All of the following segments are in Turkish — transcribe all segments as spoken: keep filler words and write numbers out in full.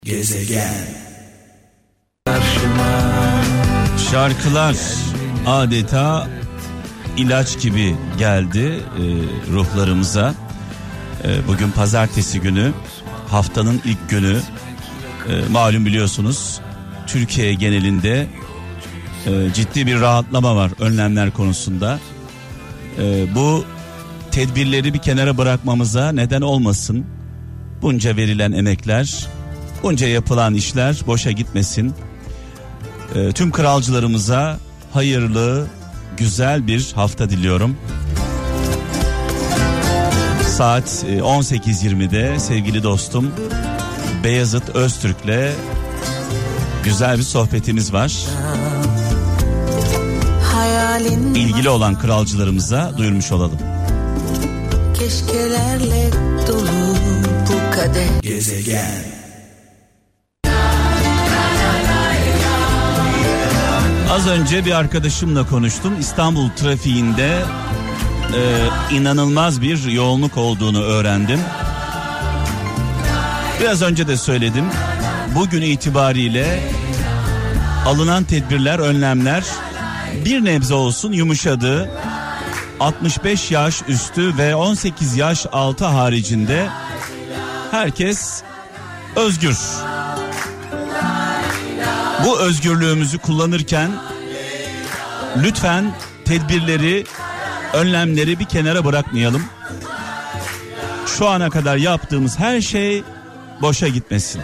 Gezegen. Şarkılar adeta ilaç gibi geldi e, ruhlarımıza. E, bugün pazartesi günü, haftanın ilk günü. E, malum biliyorsunuz Türkiye genelinde e, ciddi bir rahatlama var önlemler konusunda. E, bu tedbirleri bir kenara bırakmamıza neden olmasın. Bunca verilen emekler, bunca yapılan işler boşa gitmesin. E, tüm kralcılarımıza hayırlı, güzel bir hafta diliyorum. Saat on sekiz yirmide sevgili dostum Beyazıt Öztürk'le güzel bir sohbetimiz var. İlgili olan kralcılarımıza duyurmuş olalım. Keşkelerle dolu bu kadeh. Gezegen. Az önce bir arkadaşımla konuştum. İstanbul trafiğinde e, inanılmaz bir yoğunluk olduğunu öğrendim. Biraz önce de söyledim. Bugün itibariyle alınan tedbirler, önlemler bir nebze olsun yumuşadı. altmış beş yaş üstü ve on sekiz yaş altı haricinde herkes özgür. Bu özgürlüğümüzü kullanırken lütfen tedbirleri, önlemleri bir kenara bırakmayalım. Şu ana kadar yaptığımız her şey boşa gitmesin.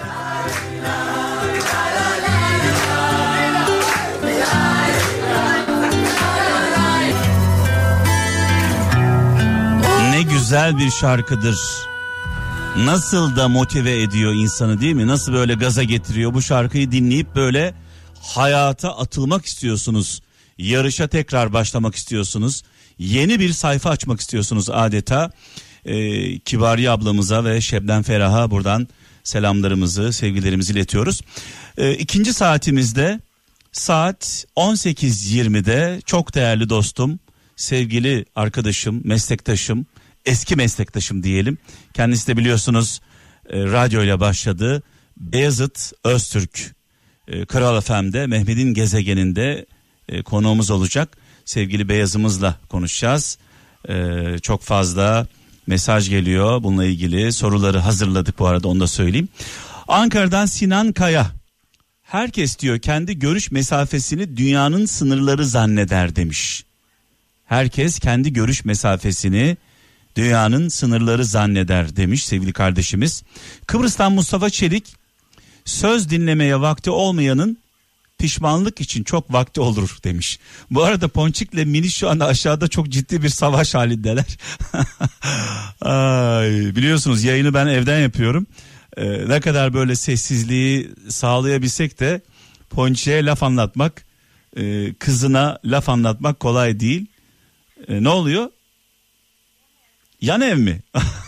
Ne güzel bir şarkıdır. Nasıl da motive ediyor insanı, değil mi? Nasıl böyle gaza getiriyor. Bu şarkıyı dinleyip böyle hayata atılmak istiyorsunuz. Yarışa tekrar başlamak istiyorsunuz. Yeni bir sayfa açmak istiyorsunuz adeta. Ee, Kibariye ablamıza ve Şebnem Ferah'a buradan selamlarımızı, sevgilerimizi iletiyoruz. Ee, ikinci saatimizde saat on sekiz yirmide çok değerli dostum, sevgili arkadaşım, meslektaşım, eski meslektaşım diyelim. Kendisi de biliyorsunuz e, radyoyla başladı. Beyazıt Öztürk e, Kral F M'de Mehmet'in gezegeninde e, konuğumuz olacak. Sevgili Beyazımızla konuşacağız. E, çok fazla mesaj geliyor bununla ilgili, soruları hazırladık bu arada, onu da söyleyeyim. Ankara'dan Sinan Kaya. Herkes diyor kendi görüş mesafesini dünyanın sınırları zanneder demiş. Herkes kendi görüş mesafesini dünyanın sınırları zanneder demiş sevgili kardeşimiz. Kıbrıs'tan Mustafa Çelik, söz dinlemeye vakti olmayanın pişmanlık için çok vakti olur demiş. Bu arada Ponçik'le Mini şu anda aşağıda çok ciddi bir savaş halindeler. Ay, biliyorsunuz yayını ben evden yapıyorum. Ee, ne kadar böyle sessizliği sağlayabilsek de Ponçik'e laf anlatmak, e, kızına laf anlatmak kolay değil. E, ne oluyor? Yan ev mi?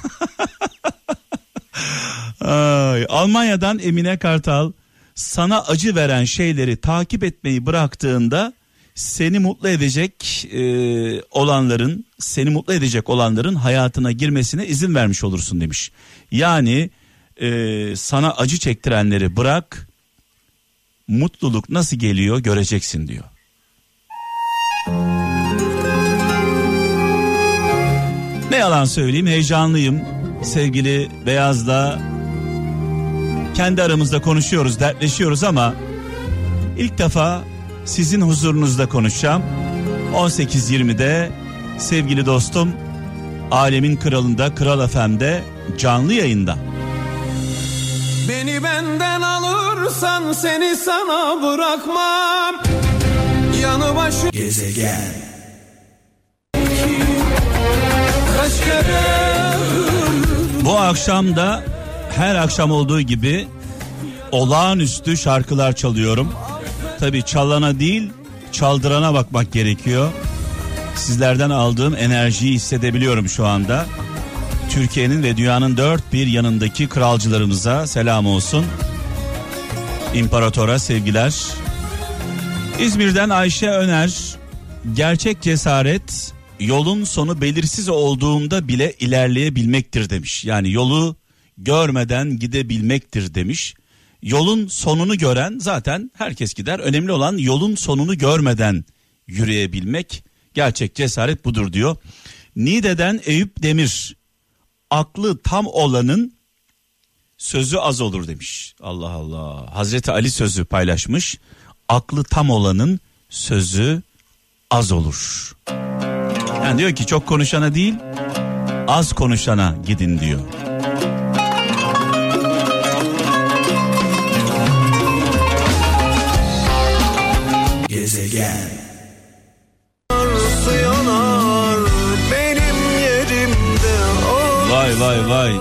Ay, Almanya'dan Emine Kartal, sana acı veren şeyleri takip etmeyi bıraktığında seni mutlu edecek e, olanların, seni mutlu edecek olanların hayatına girmesine izin vermiş olursun demiş. Yani e, sana acı çektirenleri bırak, mutluluk nasıl geliyor göreceksin diyor. Ne yalan söyleyeyim, heyecanlıyım. Sevgili Beyaz'la kendi aramızda konuşuyoruz, dertleşiyoruz ama ilk defa sizin huzurunuzda konuşacağım. on sekiz yirmide sevgili dostum Alemin Kralı'nda, Kral F M'de canlı yayında. Beni benden alırsan seni sana bırakmam. Yanı başı Gezegen. Bu akşam da her akşam olduğu gibi olağanüstü şarkılar çalıyorum. Tabii çalana değil, çaldırana bakmak gerekiyor. Sizlerden aldığım enerjiyi hissedebiliyorum şu anda. Türkiye'nin ve dünyanın dört bir yanındaki kralcılarımıza selam olsun. İmparatora sevgiler. İzmir'den Ayşe Öner, gerçek cesaret yolun sonu belirsiz olduğunda bile ilerleyebilmektir demiş. Yani yolu görmeden gidebilmektir demiş. Yolun sonunu gören zaten herkes gider. Önemli olan yolun sonunu görmeden yürüyebilmek. Gerçek cesaret budur diyor. Niğde'den Eyüp Demir. Aklı tam olanın sözü az olur demiş. Allah Allah. Hazreti Ali sözü paylaşmış. Aklı tam olanın sözü az olur. Yani diyor ki çok konuşana değil, az konuşana gidin diyor. Gezegen. Vay vay vay.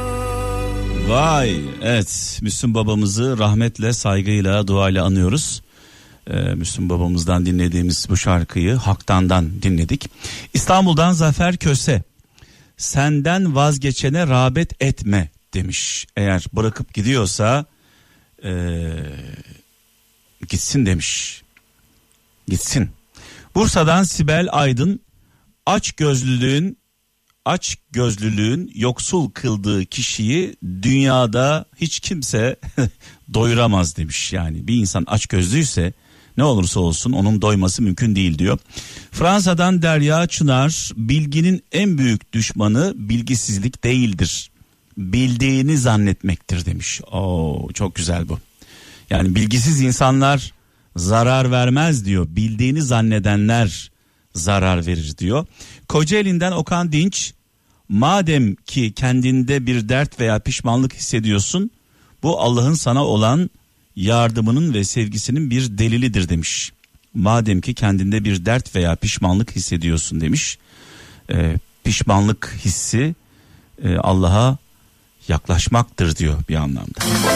Vay. Evet, Müslüm babamızı rahmetle, saygıyla, duayla anıyoruz. Ee, Müslüm babamızdan dinlediğimiz bu şarkıyı Haktan'dan dinledik. İstanbul'dan Zafer Köse. Senden vazgeçene rağbet etme demiş. Eğer bırakıp gidiyorsa ee, gitsin demiş. Gitsin. Bursa'dan Sibel Aydın. Aç gözlülüğün aç gözlülüğün yoksul kıldığı kişiyi dünyada hiç kimse doyuramaz demiş. Yani bir insan aç gözlüyse ne olursa olsun onun doyması mümkün değil diyor. Fransa'dan Derya Çınar. Bilginin en büyük düşmanı bilgisizlik değildir, bildiğini zannetmektir demiş. Oo, çok güzel bu. Yani bilgisiz insanlar zarar vermez diyor. Bildiğini zannedenler zarar verir diyor. Kocaeli'nden Okan Dinç. Madem ki kendinde bir dert veya pişmanlık hissediyorsun, bu Allah'ın sana olan yardımının ve sevgisinin bir delilidir demiş. Madem ki kendinde bir dert veya pişmanlık hissediyorsun demiş. Ee, pişmanlık hissi e, Allah'a yaklaşmaktır diyor bir anlamda.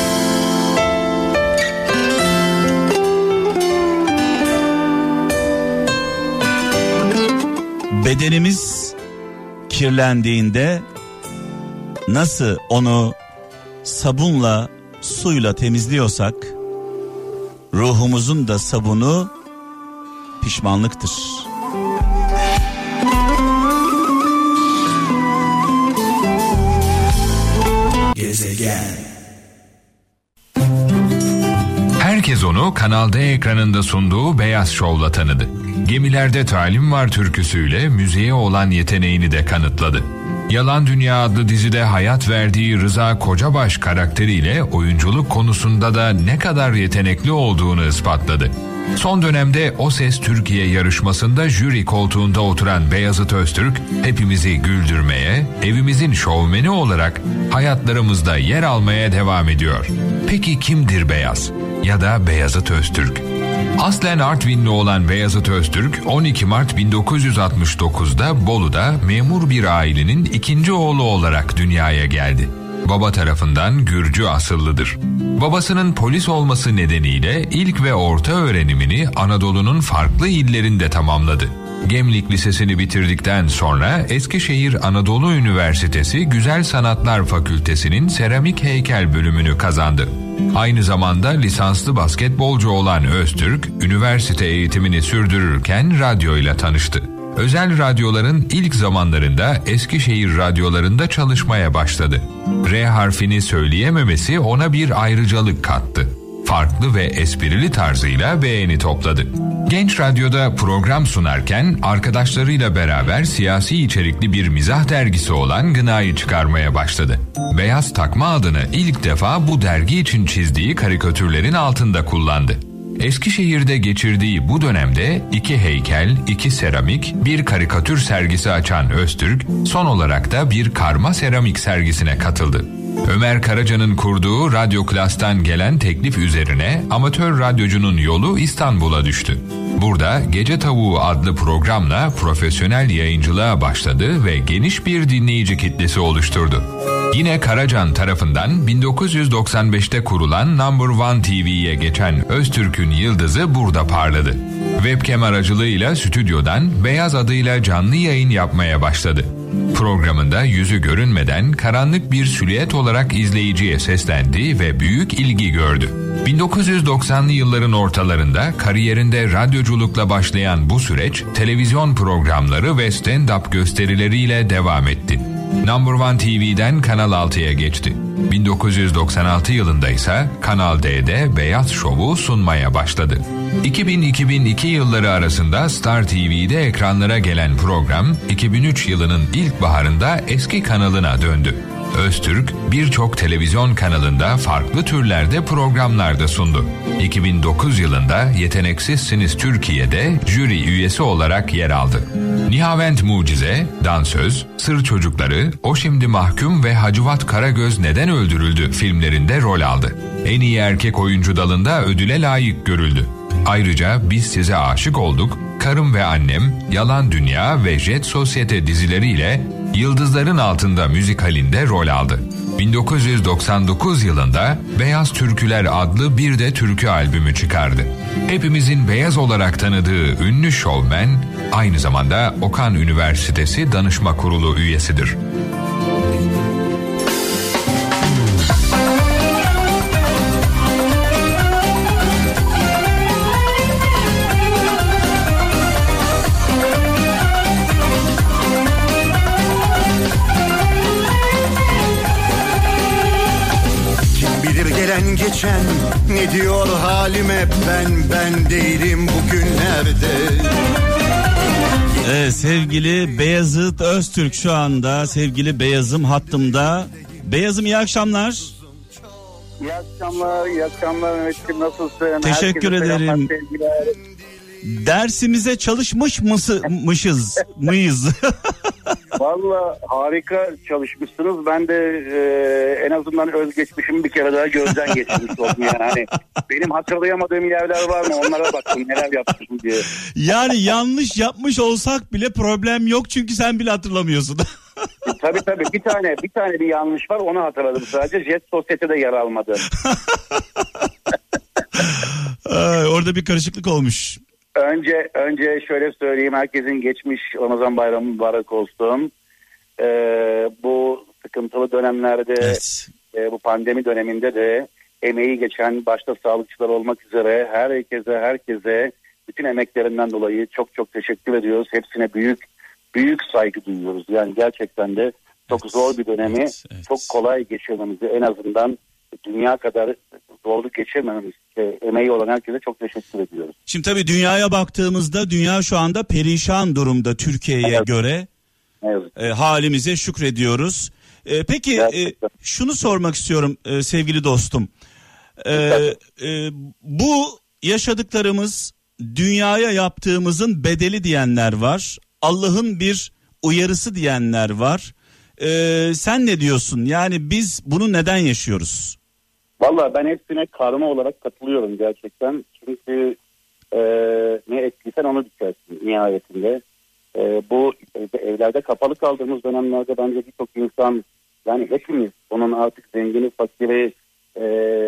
Bedenimiz kirlendiğinde nasıl onu sabunla, suyla temizliyorsak, ruhumuzun da sabunu pişmanlıktır. Gezegen. Herkes onu Kanal D ekranında sunduğu Beyaz Şov'la tanıdı. Gemilerde Talim Var türküsüyle müziğe olan yeteneğini de kanıtladı. Yalan Dünya adlı dizide hayat verdiği Rıza Kocabaş karakteriyle oyunculuk konusunda da ne kadar yetenekli olduğunu ispatladı. Son dönemde O Ses Türkiye yarışmasında jüri koltuğunda oturan Beyazıt Öztürk, hepimizi güldürmeye, evimizin şovmeni olarak hayatlarımızda yer almaya devam ediyor. Peki kimdir Beyaz ya da Beyazıt Öztürk? Aslen Artvinli olan Beyazıt Öztürk, on iki Mart bin dokuz yüz altmış dokuzda Bolu'da memur bir ailenin ikinci oğlu olarak dünyaya geldi. Baba tarafından Gürcü asıllıdır. Babasının polis olması nedeniyle ilk ve orta öğrenimini Anadolu'nun farklı illerinde tamamladı. Gemlik Lisesi'ni bitirdikten sonra Eskişehir Anadolu Üniversitesi Güzel Sanatlar Fakültesi'nin seramik heykel bölümünü kazandı. Aynı zamanda lisanslı basketbolcu olan Öztürk, üniversite eğitimini sürdürürken radyoyla tanıştı. Özel radyoların ilk zamanlarında Eskişehir radyolarında çalışmaya başladı. R harfini söyleyememesi ona bir ayrıcalık kattı. Farklı ve esprili tarzıyla beğeni topladı. Genç Radyo'da program sunarken arkadaşlarıyla beraber siyasi içerikli bir mizah dergisi olan Gına'yı çıkarmaya başladı. Beyaz Takma adını ilk defa bu dergi için çizdiği karikatürlerin altında kullandı. Eskişehir'de geçirdiği bu dönemde iki heykel, iki seramik, bir karikatür sergisi açan Öztürk, son olarak da bir karma seramik sergisine katıldı. Ömer Karaca'nın kurduğu Radyo Klas'tan gelen teklif üzerine amatör radyocunun yolu İstanbul'a düştü. Burada Gece Tavuğu adlı programla profesyonel yayıncılığa başladı ve geniş bir dinleyici kitlesi oluşturdu. Yine Karacan tarafından bin dokuz yüz doksan beşte kurulan Number One T V'ye geçen Öztürk'ün yıldızı burada parladı. Webcam aracılığıyla stüdyodan Beyaz adıyla canlı yayın yapmaya başladı. Programında yüzü görünmeden karanlık bir silüet olarak izleyiciye seslendi ve büyük ilgi gördü. bin dokuz yüz doksanlı yılların ortalarında kariyerinde radyoculukla başlayan bu süreç televizyon programları ve stand-up gösterileriyle devam etti. Number One T V'den Kanal altıya geçti. bin dokuz yüz doksan altı yılında ise Kanal D'de Beyaz Şov'u sunmaya başladı. iki bin iki bin iki yılları arasında Star T V'de ekranlara gelen program iki bin üç yılının ilkbaharında eski kanalına döndü. Öztürk birçok televizyon kanalında farklı türlerde programlarda sundu. iki bin dokuz yılında Yeteneksizsiniz Türkiye'de jüri üyesi olarak yer aldı. Nihavent Mucize, Dansöz, Sır Çocukları, O Şimdi Mahkum ve Hacivat Karagöz Neden Öldürüldü filmlerinde rol aldı. En iyi erkek oyuncu dalında ödüle layık görüldü. Ayrıca Biz Size Aşık Olduk, Karım ve Annem, Yalan Dünya ve Jet Sosyete dizileriyle Yıldızların Altında müzikalinde rol aldı. bin dokuz yüz doksan dokuz yılında Beyaz Türküler adlı bir de türkü albümü çıkardı. Hepimizin beyaz olarak tanıdığı ünlü şovmen, aynı zamanda Okan Üniversitesi Danışma Kurulu üyesidir. Gelen geçen ne diyor halime, ben ben değilim bugünlerde. Evet, sevgili Beyazıt Öztürk şu anda, sevgili Beyazım hattımda. Beyazım iyi akşamlar. İyi akşamlar, iyi akşamlar Mehmetciğim, nasılsın? Teşekkür Herkese ederim. Dersimize çalışmış mısız mıyız? Valla harika çalışmışsınız. Ben de e, en azından özgeçmişimi bir kere daha gözden geçirmiş oldum yani. Hani benim hatırlayamadığım yerler var mı? Onlara baktım neler yapmışım diye. Yani yanlış yapmış olsak bile problem yok çünkü sen bile hatırlamıyorsun. Tabii tabii bir tane bir tane bir yanlış var, onu hatırladım sadece. Jet Sosyete'de yer almadı. Orada bir karışıklık olmuş. Önce önce şöyle söyleyeyim, herkesin geçmiş Ramazan bayramı mübarek olsun. Ee, bu sıkıntılı dönemlerde, evet. e, bu pandemi döneminde de emeği geçen başta sağlıkçılar olmak üzere herkese herkese bütün emeklerinden dolayı çok çok teşekkür ediyoruz. Hepsine büyük büyük saygı duyuyoruz. Yani gerçekten de çok evet. zor bir dönemi evet, evet. çok kolay geçirmemizi, en azından dünya kadar zorluk geçirmemiz, e, emeği olan herkese çok teşekkür ediyoruz. Şimdi tabii dünyaya baktığımızda dünya şu anda perişan durumda Türkiye'ye evet. göre. Evet. E, halimize şükrediyoruz. E, peki e, şunu sormak istiyorum e, sevgili dostum. E, e, bu yaşadıklarımız dünyaya yaptığımızın bedeli diyenler var. Allah'ın bir uyarısı diyenler var. E, sen ne diyorsun? Yani biz bunu neden yaşıyoruz? Vallahi ben hepsine karma olarak katılıyorum gerçekten. Çünkü e, ne etkiysen onu dikersin nihayetinde. E, bu evlerde kapalı kaldığımız dönemlerde bence birçok insan, yani hepimiz onun artık zengini, fakiri e,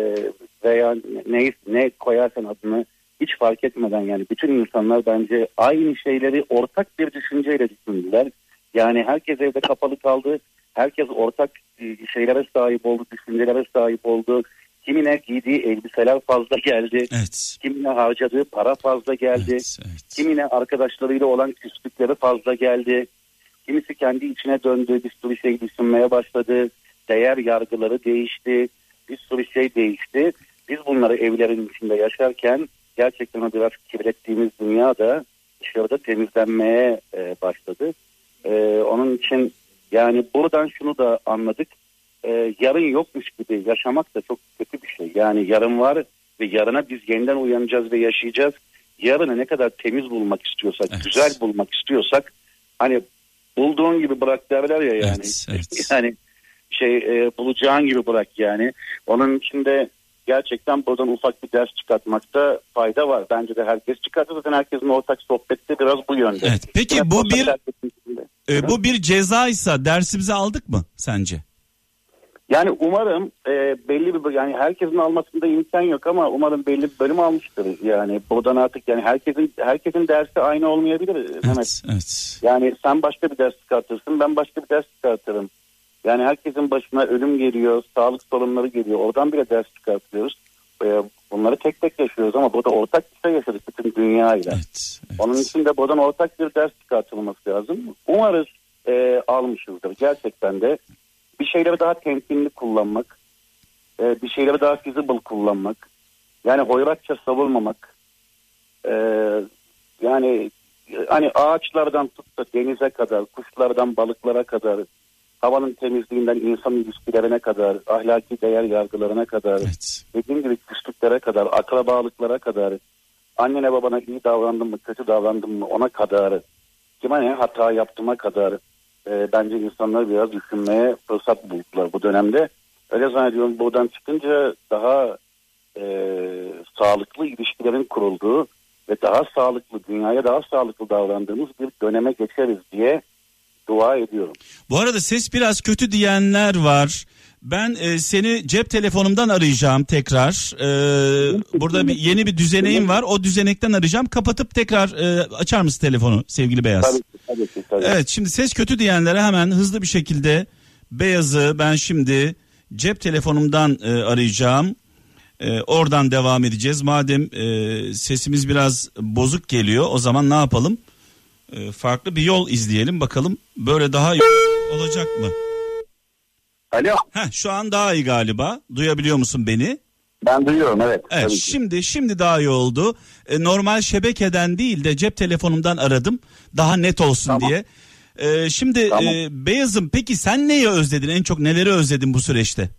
veya ne, ne koyarsan adını hiç fark etmeden, yani bütün insanlar bence aynı şeyleri ortak bir düşünceyle düşündüler. Yani herkes evde kapalı kaldı. Herkes ortak şeylere sahip oldu, düşüncelere sahip oldu. Kimine giydiği elbiseler fazla geldi. Evet. Kimine harcadığı para fazla geldi. Evet, evet. Kimine arkadaşlarıyla olan küslükleri fazla geldi. Kimisi kendi içine döndü, bir sürü şey düşünmeye başladı. Değer yargıları değişti. Bir sürü şey değişti. Biz bunları evlerin içinde yaşarken gerçekten biraz kirlettiğimiz dünya da dışarıda temizlenmeye e, başladı. E, onun için yani buradan şunu da anladık. Ee, yarın yokmuş gibi yaşamak da çok kötü bir şey. Yani yarın var ve yarına biz yeniden uyanacağız ve yaşayacağız. Yarını ne kadar temiz bulmak istiyorsak, evet. güzel bulmak istiyorsak, hani bulduğun gibi bırak derler ya yani. Evet, evet. Yani şey e, bulacağın gibi bırak yani. Onun için de gerçekten buradan ufak bir ders çıkartmakta fayda var. Bence de herkes çıkartır. Zaten herkesin ortak sohbeti biraz bu yönde. Evet. Peki Yine bu bir e, bu bir cezaysa dersimizi aldık mı sence? Yani umarım e, belli bir, yani herkesin almasında imkan yok ama umarım belli bir bölüm almıştır. Yani buradan artık yani herkesin herkesin dersi aynı olmayabilir. Evet, Mehmet. evet. Yani sen başka bir ders çıkartırsın, ben başka bir ders çıkartırım. Yani herkesin başına ölüm geliyor, sağlık sorunları geliyor. Oradan bile ders çıkartıyoruz. E, bunları tek tek yaşıyoruz ama burada ortak bir şey yaşadık bütün dünyayla. Evet, evet. Onun için de buradan ortak bir ders çıkartılması lazım. Umarız e, almışızdır gerçekten de. Bir şeyleri daha temkinli kullanmak, e, bir şeyleri daha feasible kullanmak, yani hoyratça savurmamak, e, yani hani ağaçlardan tut da denize kadar, kuşlardan balıklara kadar, havanın temizliğinden insan ilişkilerine kadar, ahlaki değer yargılarına kadar, Evet. dediğim gibi küslüklere kadar, akrabalıklara kadar, annene babana iyi davrandım mı, kötü davrandım mı ona kadar, kime ne hata yaptığıma kadar e, bence insanlar biraz düşünmeye fırsat buldular bu dönemde. Öyle zannediyorum, buradan çıkınca daha e, sağlıklı ilişkilerin kurulduğu ve daha sağlıklı, dünyaya daha sağlıklı davrandığımız bir döneme geçeriz diye dua ediyorum. Bu arada ses biraz kötü diyenler var. Ben e, seni cep telefonumdan arayacağım tekrar. E, burada bir yeni bir düzeneğim var. O düzenekten arayacağım. Kapatıp tekrar e, açar mısın telefonu sevgili Beyaz? Tabii ki, tabii ki, tabii. Evet, şimdi ses kötü diyenlere hemen hızlı bir şekilde Beyaz'ı ben şimdi cep telefonumdan e, arayacağım. E, oradan devam edeceğiz. Madem e, sesimiz biraz bozuk geliyor, o zaman ne yapalım? E, farklı bir yol izleyelim bakalım. Böyle daha iyi olacak mı? Alo. Heh, şu an daha iyi galiba. Duyabiliyor musun beni? Ben duyuyorum, evet. Evet, şimdi şimdi daha iyi oldu. E, normal şebekeden değil de cep telefonumdan aradım. Daha net olsun Tamam. diye. E, şimdi Tamam. e, Beyaz'ım, peki sen neyi özledin? En çok neleri özledin bu süreçte?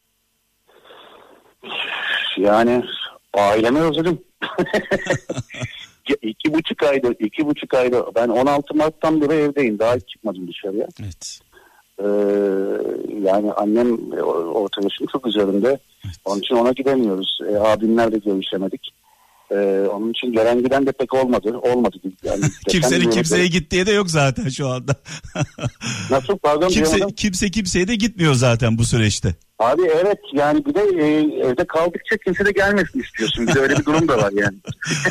Yani ailemi özledim. iki buçuk aydır, iki buçuk aydır. Ben on altı Mart'tan beri evdeyim. Daha hiç çıkmadım dışarıya. Evet. Ee, yani annem orta yaşım çok üzerinde. Evet. Onun için ona gidemiyoruz. E, abimlerle görüşemedik. Ee, onun için gelen giden de pek olmadı. Olmadı. Yani Kimsenin kimseye gittiği de yok zaten şu anda. Nasıl? Pardon. Kimse, kimse kimseye de gitmiyor zaten bu süreçte. Abi evet, yani bir de e, evde kaldıkça kimse de gelmesin istiyorsun. Bir de öyle bir durum da var yani.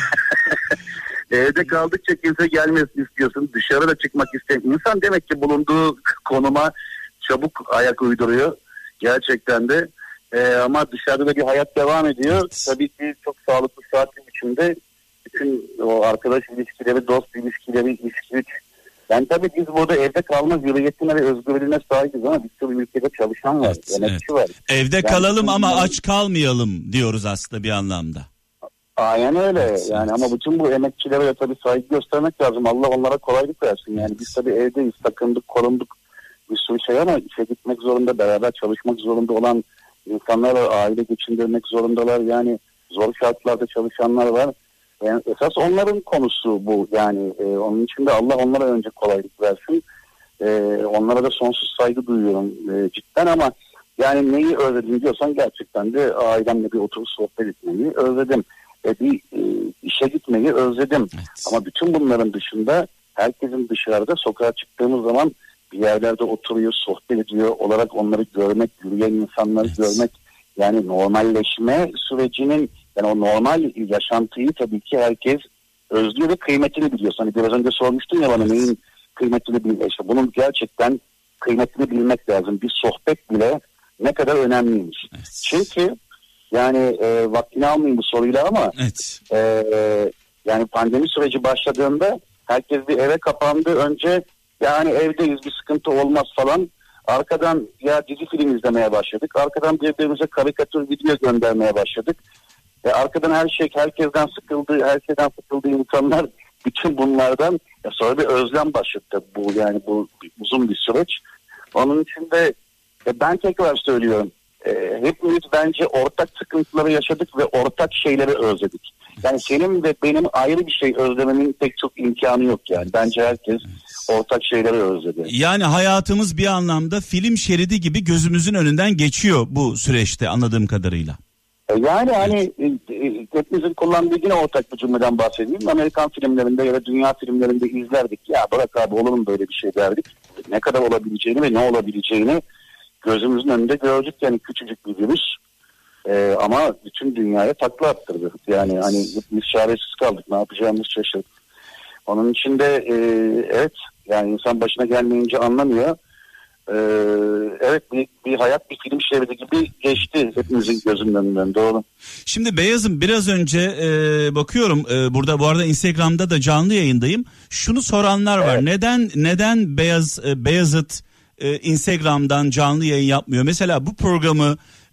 Evde kaldıkça kimse gelmesin istiyorsun. Dışarı da çıkmak istemiyor. İnsan demek ki bulunduğu konuma çabuk ayak uyduruyor. Gerçekten de. E, ama dışarıda da bir hayat devam ediyor. Evet. Tabii ki çok sağlıklı, saatli biçimde bütün o arkadaş ilişkileri, dost ilişkileri, iş güç. Yani tabii biz burada evde kalma hürriyetine ve özgürlüğüne sahibiz ama bir sürü ülkede çalışan var, Evet, yönetici evet. var. Evde Yani kalalım bütün ama bunların- aç kalmayalım diyoruz aslında bir anlamda. Aynen öyle. Evet, yani evet. ama bütün bu emekçilere de tabii saygı göstermek lazım. Allah onlara kolaylık versin. Yani biz tabii evdeyiz, takındık, korunduk bir sürü şey ama işe gitmek zorunda, beraber çalışmak zorunda olan insanlar var. Aile geçindirmek zorundalar. Yani zor şartlarda çalışanlar var. Yani esas onların konusu bu. Yani e, onun için de Allah onlara önce kolaylık versin. E, onlara da sonsuz saygı duyuyorum e, cidden ama yani neyi özledim diyorsan gerçekten de ailemle bir oturup sohbet etmeyi özledim. E, bir e, işe gitmeyi özledim. Evet. Ama bütün bunların dışında herkesin dışarıda sokağa çıktığımız zaman bir yerlerde oturuyor, sohbet ediyor olarak onları görmek, yürüyen insanları Evet. görmek, yani normalleşme sürecinin, yani o normal yaşantıyı tabii ki herkes özlüyor ve kıymetini biliyor. Hani biraz önce sormuştun ya bana, Evet. neyin kıymetini bilmek. İşte bunun gerçekten kıymetini bilmek lazım. Bir sohbet bile ne kadar önemliymiş. Evet. Çünkü yani e, vaktini almayayım bu soruyla ama Evet. e, yani pandemi süreci başladığında herkes bir eve kapandı. Önce yani evdeyiz, bir sıkıntı olmaz falan. Arkadan ya dizi film izlemeye başladık. Arkadan birbirimize karikatür video göndermeye başladık. E, arkadan her şey, herkesten sıkıldı, her şeyden sıkıldı insanlar. Bütün bunlardan ya sonra bir özlem başladı bu, yani bu uzun bir süreç. Onun için de e, ben tekrar söylüyorum. E, hepimiz bence ortak sıkıntıları yaşadık ve ortak şeyleri özledik. Yani senin ve benim ayrı bir şey özlememin pek çok imkanı yok yani. Bence herkes ortak şeyleri özledi. Yani hayatımız bir anlamda film şeridi gibi gözümüzün önünden geçiyor bu süreçte anladığım kadarıyla. E, yani hani e, e, hepimizin kullandığı yine ortak bir cümleden bahsedeyim. Amerikan filmlerinde ya da dünya filmlerinde izlerdik. Ya bırak abi, olur mu böyle bir şey derdik. Ne kadar olabileceğini ve ne olabileceğini gözümüzün önünde gördük. Yani küçücük bir virüs. Ee, ama bütün dünyaya takla attırdı. Yani hani biz çaresiz kaldık. Ne yapacağımızı şaşırdık. Onun için de e, evet, yani insan başına gelmeyince anlamıyor. Ee, evet bir, bir hayat bir film şeridi gibi geçti hepimizin gözünün önünden, doğru. Şimdi Beyaz'ım biraz önce e, bakıyorum e, burada, bu arada Instagram'da da canlı yayındayım. Şunu soranlar var. Evet. Neden neden Beyaz e, Beyazıt e, Instagram'dan canlı yayın yapmıyor? Mesela bu programı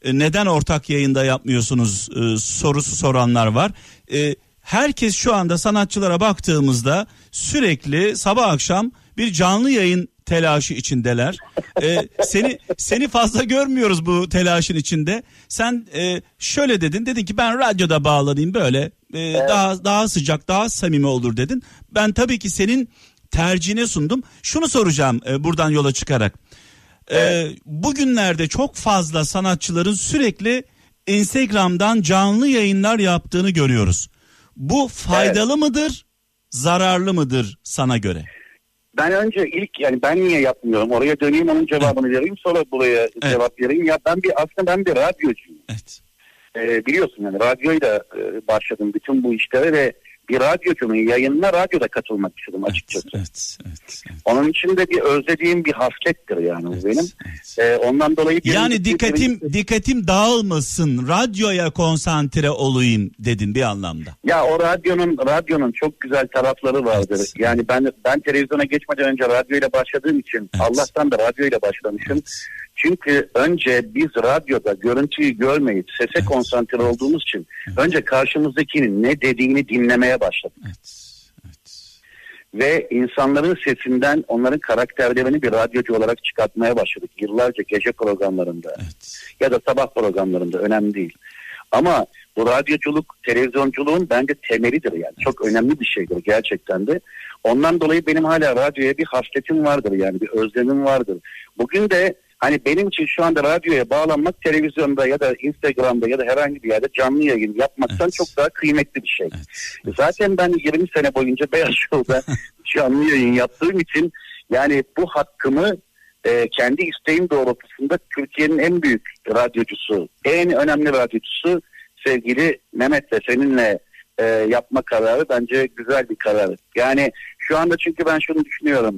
E, neden ortak yayında yapmıyorsunuz e, sorusu soranlar var. E, herkes şu anda sanatçılara baktığımızda sürekli sabah akşam bir canlı yayın telaşı içindeler. Ee, seni seni fazla görmüyoruz bu telaşın içinde. Sen e, şöyle dedin, dedin ki ben radyoda bağlanayım böyle e, evet. daha daha sıcak, daha samimi olur dedin. Ben tabii ki senin tercihine sundum. Şunu soracağım e, buradan yola çıkarak. E, evet. Bugünlerde çok fazla sanatçıların sürekli Instagram'dan canlı yayınlar yaptığını görüyoruz. Bu faydalı evet. mıdır, zararlı mıdır sana göre? Ben önce ilk yani ben niye yapmıyorum? Oraya döneyim, onun cevabını evet. vereyim, sonra buraya evet. cevap vereyim. Ya ben bir aslında ben bir radyocuyum. Evet. Ee, biliyorsun yani radyoyla e, başladım bütün bu işlere ve bir radyocunun yayınına radyoda katılmak istedim açıkçası. Evet, evet, evet, evet. Onun için de bir özlediğim bir haslettir yani evet, benim. Evet. Ee, ondan dolayı yani dikkatim bir... dikkatim dağılmasın, radyoya konsantre olayım dedin bir anlamda. Ya o radyonun radyonun çok güzel tarafları vardır. Evet. Yani ben ben televizyona geçmeden önce radyoyla başladığım için evet. Allah'tan da radyoyla başlamışım. Evet. Çünkü önce biz radyoda görüntüyü görmeyip sese evet. konsantre olduğumuz için evet. önce karşımızdakinin ne dediğini dinlemeye başladık. Evet. Evet. Ve insanların sesinden onların karakterlerini bir radyocu olarak çıkartmaya başladık. Yıllarca gece programlarında evet. ya da sabah programlarında, önemli değil. Ama bu radyoculuk, televizyonculuğun bence temelidir yani. Evet. Çok önemli bir şeydir gerçekten de. Ondan dolayı benim hala radyoya bir hasretim vardır yani, bir özlemim vardır. Bugün de hani benim için şu anda radyoya bağlanmak televizyonda ya da Instagram'da ya da herhangi bir yerde canlı yayın yapmaktan evet. çok daha kıymetli bir şey. Evet. Evet. Zaten ben yirmi sene boyunca Beyaz Show'da canlı yayın yaptığım için yani bu hakkımı e, kendi isteğim doğrultusunda Türkiye'nin en büyük radyocusu, en önemli radyocusu sevgili Mehmet'le seninle e, yapma kararı bence güzel bir karar. Yani şu anda çünkü ben şunu düşünüyorum.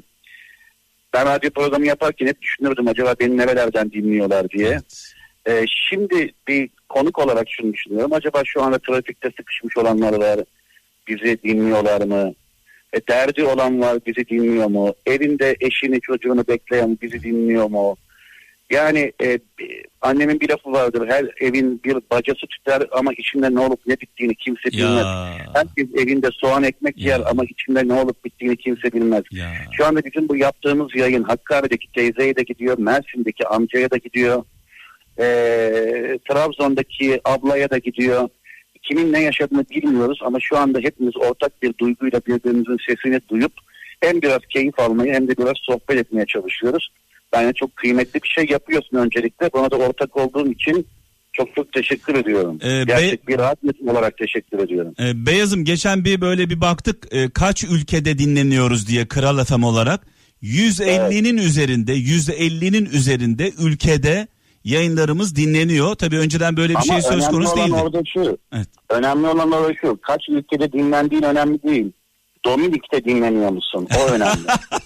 Ben radyo programı yaparken hep düşünürdüm acaba beni nerelerden dinliyorlar diye. Evet. Ee, şimdi bir konuk olarak şunu düşünüyorum. Acaba şu anda trafikte sıkışmış olanlar var. Bizi dinliyorlar mı? E, derdi olan var, bizi dinliyor mu? Evinde eşini çocuğunu bekleyen bizi dinliyor mu? Yani e, annemin bir lafı vardır. Her evin bir bacası tüter ama içinde ne olup ne bittiğini kimse bilmez. Herkes evinde soğan ekmek ya. yer ama içinde ne olup bittiğini kimse bilmez. Ya. Şu anda bizim bu yaptığımız yayın Hakkari'deki teyzeye de gidiyor, Mersin'deki amcaya da gidiyor, e, Trabzon'daki ablaya da gidiyor. Kimin ne yaşadığını bilmiyoruz ama şu anda hepimiz ortak bir duyguyla birbirimizin sesini duyup hem biraz keyif almayı hem de biraz sohbet etmeye çalışıyoruz. Yani çok kıymetli bir şey yapıyorsun öncelikle. Bana da ortak olduğum için çok çok teşekkür ediyorum. Ee, Gerçek Be- bir radyo olarak teşekkür ediyorum. Ee, Beyazım geçen bir böyle bir baktık e, kaç ülkede dinleniyoruz diye Kral F M olarak. yüz ellinin evet. üzerinde yüz ellinin üzerinde ülkede yayınlarımız dinleniyor. Tabii önceden böyle bir Ama şey söz konusu değildi. Ama önemli olan orada şu. Evet. Önemli olan orada şu. Kaç ülkede dinlendiğin önemli değil. Dominik'te dinleniyor musun? O önemli.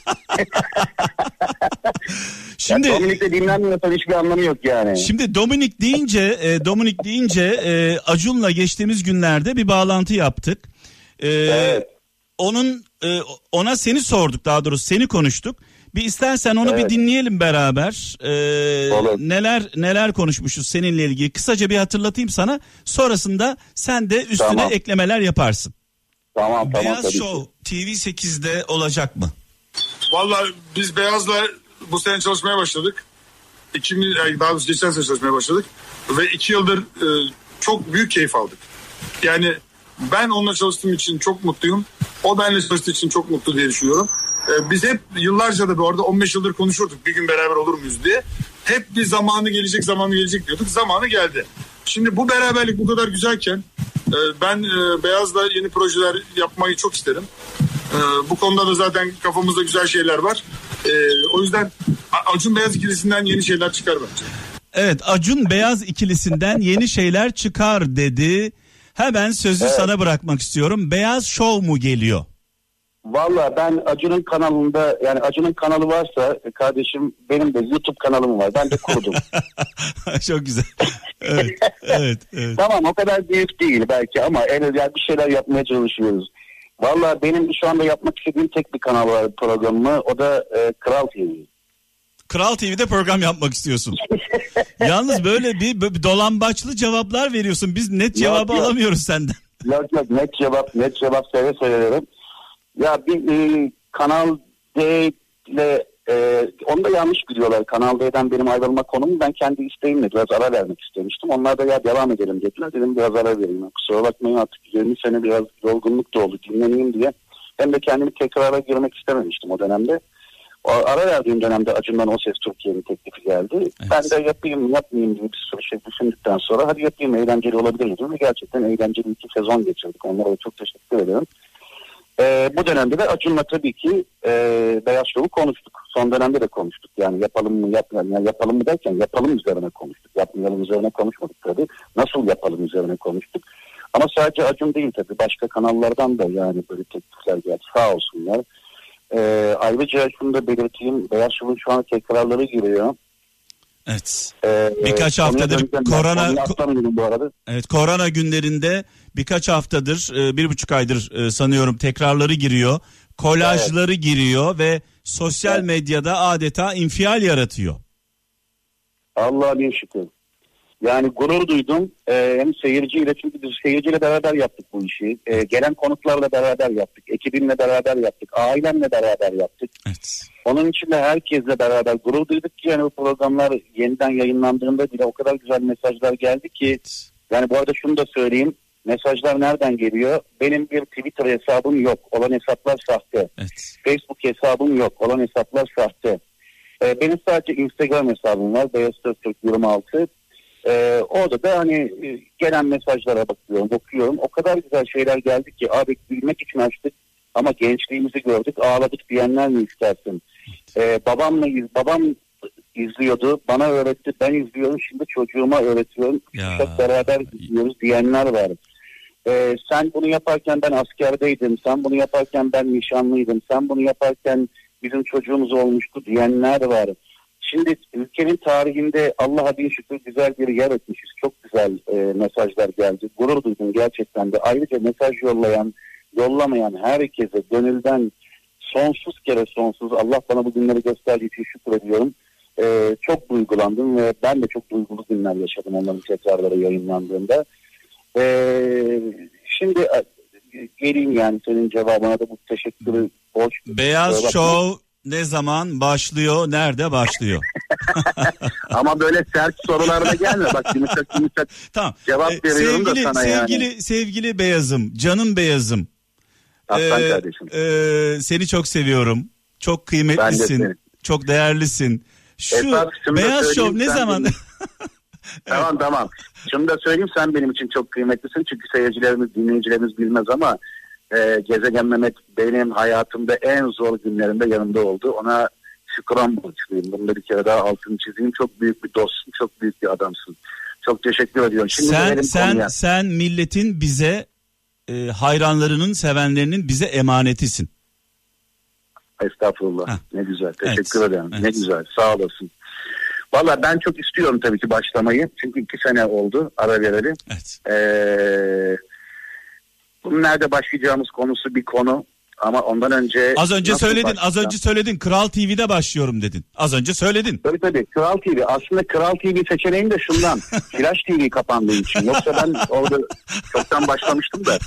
Şimdi ya Dominik'te dinlenmiyorsan hiçbir anlamı yok yani. Şimdi Dominik deyince, e, Dominik deyince e, Acun'la geçtiğimiz günlerde bir bağlantı yaptık. E, evet. Onun e, ona seni sorduk, daha doğrusu seni konuştuk. Bir istersen onu evet. bir dinleyelim beraber. E, neler neler konuşmuşuz seninle ilgili. Kısaca bir hatırlatayım sana. Sonrasında sen de üstüne tamam. eklemeler yaparsın. Tamam tamam. Beyaz Show T V sekizde olacak mı? Vallahi biz Beyaz'la bu sene çalışmaya başladık. İki, daha doğrusu geçen sene çalışmaya başladık. Ve iki yıldır e, çok büyük keyif aldık. Yani ben onunla çalıştığım için çok mutluyum. O benimle çalıştığı için çok mutlu diye düşünüyorum. E, biz hep yıllarca da bu arada on beş yıldır konuşurduk. Bir gün beraber olur muyuz diye. Hep bir zamanı gelecek, zamanı gelecek diyorduk. Zamanı geldi. Şimdi bu beraberlik bu kadar güzelken e, ben e, Beyaz'la yeni projeler yapmayı çok isterim. Ee, bu konuda da zaten kafamızda güzel şeyler var. Ee, o yüzden Acun Beyaz ikilisinden yeni şeyler çıkar bence. Evet, Acun Beyaz ikilisinden yeni şeyler çıkar dedi. Hemen sözü evet. sana bırakmak istiyorum. Beyaz Show mu geliyor? Valla ben Acun'un kanalında, yani Acun'un kanalı varsa kardeşim benim de YouTube kanalım var. Ben de kurdum. Çok güzel. Evet, evet, evet. Tamam, o kadar büyük değil belki ama en azından bir şeyler yapmaya çalışıyoruz. Valla benim şu anda yapmak istediğim tek bir kanal var programımı. O da e, Kral T V. Kral T V'de program yapmak istiyorsun. Yalnız böyle bir, böyle bir dolambaçlı cevaplar veriyorsun. Biz net cevabı yok, alamıyoruz senden. Yok yok net cevap net cevap seve söylüyorum. Ya bir e, Kanal D ile e, onu da yanlış biliyorlar. Kanal D'den benim ayrılma konumu ben kendi isteğimle biraz ara vermek istemiştim. Onlar da ya devam edelim dediler. Dedim biraz ara vereyim. Kusura bakmayın artık yirmi sene biraz yorgunluk da oldu dinleneyim diye. Hem de kendimi tekrara girmek istememiştim o dönemde. O ara verdiğim dönemde Acun'dan O Ses Türkiye'nin teklifi geldi. Evet. Ben de yapayım yapmayayım gibi bir sürü şey düşündükten sonra hadi yapayım eğlenceli olabilir dedim. Ve gerçekten eğlenceli iki sezon geçirdik. Onlara çok teşekkür ederim. Ee, bu dönemde de Acun'la tabii ki e, Beyaz Şov'u konuştuk. Son dönemde de konuştuk. Yani yapalım mı yapmayalım yani yapalım mı derken yapalım üzerine konuştuk. Yapmayalım üzerine konuşmadık tabii. Nasıl yapalım üzerine konuştuk. Ama sadece Acun değil tabii. Başka kanallardan da yani böyle teklifler geldi. Sağ olsunlar. Ee, ayrıca şunu da belirteyim. Beyaz Şov'un şu an tekrarları giriyor. Evet. Ee, birkaç haftadır korona bu arada. Evet, korona günlerinde birkaç haftadır, bir buçuk aydır sanıyorum tekrarları giriyor. Kolajları evet. giriyor ve sosyal evet. medyada adeta infial yaratıyor. Allah'a bin şükür. Yani gurur duydum. Ee, hem seyirciyle çünkü biz seyirciyle beraber yaptık bu işi. Ee, gelen konuklarla beraber yaptık. Ekibimle beraber yaptık. Ailemle beraber yaptık. Evet. Onun için de herkesle beraber gurur duyduk ki yani bu programlar yeniden yayınlandığında bile o kadar güzel mesajlar geldi ki. Evet. Yani bu arada şunu da söyleyeyim. Mesajlar nereden geliyor? Benim bir Twitter hesabım yok. Olan hesaplar sahte. Evet. Facebook hesabım yok. Olan hesaplar sahte. Ee, benim sadece Instagram hesabım var. Beyaz Öztürk yirmi altı. Ee, orada da hani e, gelen mesajlara bakıyorum, okuyorum. O kadar güzel şeyler geldi ki abi bilmek için açtık ama gençliğimizi gördük, ağladık diyenler mi istersin? Ee, babamla babam izliyordu, bana öğretti, ben izliyorum, şimdi çocuğuma öğretiyorum. Çok beraber izliyoruz diyenler var. Ee, sen bunu yaparken ben askerdeydim, sen bunu yaparken ben nişanlıydım, sen bunu yaparken bizim çocuğumuz olmuştu diyenler var. Şimdi ülkenin tarihinde Allah'a bin şükür güzel bir yer etmişiz. Çok güzel e, mesajlar geldi. Gurur duydum gerçekten de. Ayrıca mesaj yollayan, yollamayan herkese gönülden sonsuz kere sonsuz Allah bana bu günleri gösterdiği için şükür ediyorum. E, çok duygulandım ve ben de çok duygulu günler yaşadım onların tekrarları yayınlandığında. E, şimdi e, geleyim yani senin cevabına da bu teşekkürü borç. Beyaz Show ne zaman başlıyor? Nerede başlıyor? Ama böyle sert sorularla gelme. Bak yumuşak yumuşak tamam. cevap ee, veriyorum sevgili, da sana sevgili, yani. Sevgili Beyazım, canım Beyazım. Aslan ee, kardeşim. E, seni çok seviyorum. Çok kıymetlisin. Çok değerlisin. Şu Esas, Beyaz Show ne zaman? Benim... tamam tamam. Şunu da söyleyeyim sen benim için çok kıymetlisin. Çünkü seyircilerimiz, dinleyicilerimiz bilmez ama e, Gezegen Mehmet benim hayatımda en zor günlerimde yanımda oldu. Ona şükran borçluyum. Bunu da bir kere daha altını çizeyim. Çok büyük bir dostsun, çok büyük bir adamsın. Çok teşekkür ediyorum. Şimdi sen sen sen milletin bize e, hayranlarının, sevenlerinin bize emanetisin. Estağfurullah. Heh. Ne güzel. Teşekkür evet. ederim. Evet. Ne güzel. Sağ olasın. Valla ben çok istiyorum tabii ki başlamayı. Çünkü iki sene oldu ara vereli. Evet. Ee, bunun nerede başlayacağımız konusu bir konu. Ama ondan önce... Az önce söyledin, az önce söyledin. Kral T V'de başlıyorum dedin. Az önce söyledin. Tabii tabii. Kral T V. Aslında Kral T V seçeneğim de şundan. Flash T V kapandığı için. Yoksa ben orada çoktan başlamıştım da.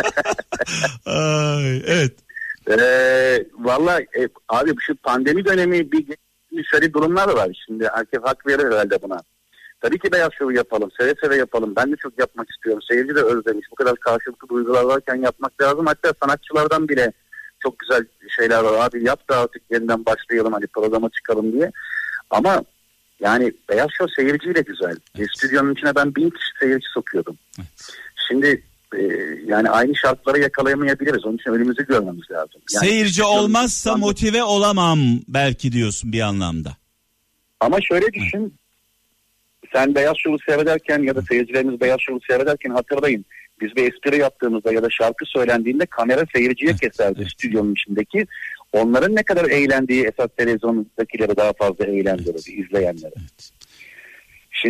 Ay, evet. Ee, Valla e, abi şu pandemi dönemi bir şöyle durumlar var. Şimdi herkes hak verir herhalde buna. Tabii ki Beyaz Şov'u yapalım. Seve seve yapalım. Ben de çok yapmak istiyorum. Seyirci de özlemiş. Bu kadar karşılıklı duygular varken yapmak lazım. Hatta sanatçılardan bile çok güzel şeyler var. Abi yap da artık yeniden başlayalım. Hani programa çıkalım diye. Ama yani Beyaz Şov seyirciyle güzel. Evet. Stüdyonun içine ben bin kişi seyirci sokuyordum. Evet. Şimdi e, yani aynı şartları yakalayamayabiliriz. Onun için önümüzü görmemiz lazım. Yani seyirci olmazsa motive olamam belki diyorsun bir anlamda. Ama şöyle düşün. Hı. Sen Beyaz Şov'u seyrederken ya da seyircilerimiz Beyaz Şov'u seyrederken hatırlayın. Biz bir espri yaptığımızda ya da şarkı söylendiğinde kamera seyirciye evet, keserdi evet. Stüdyonun içindeki. Onların ne kadar eğlendiği esas televizyondakilere daha fazla eğlendirirdi, evet. izleyenlere. Evet. Şimdi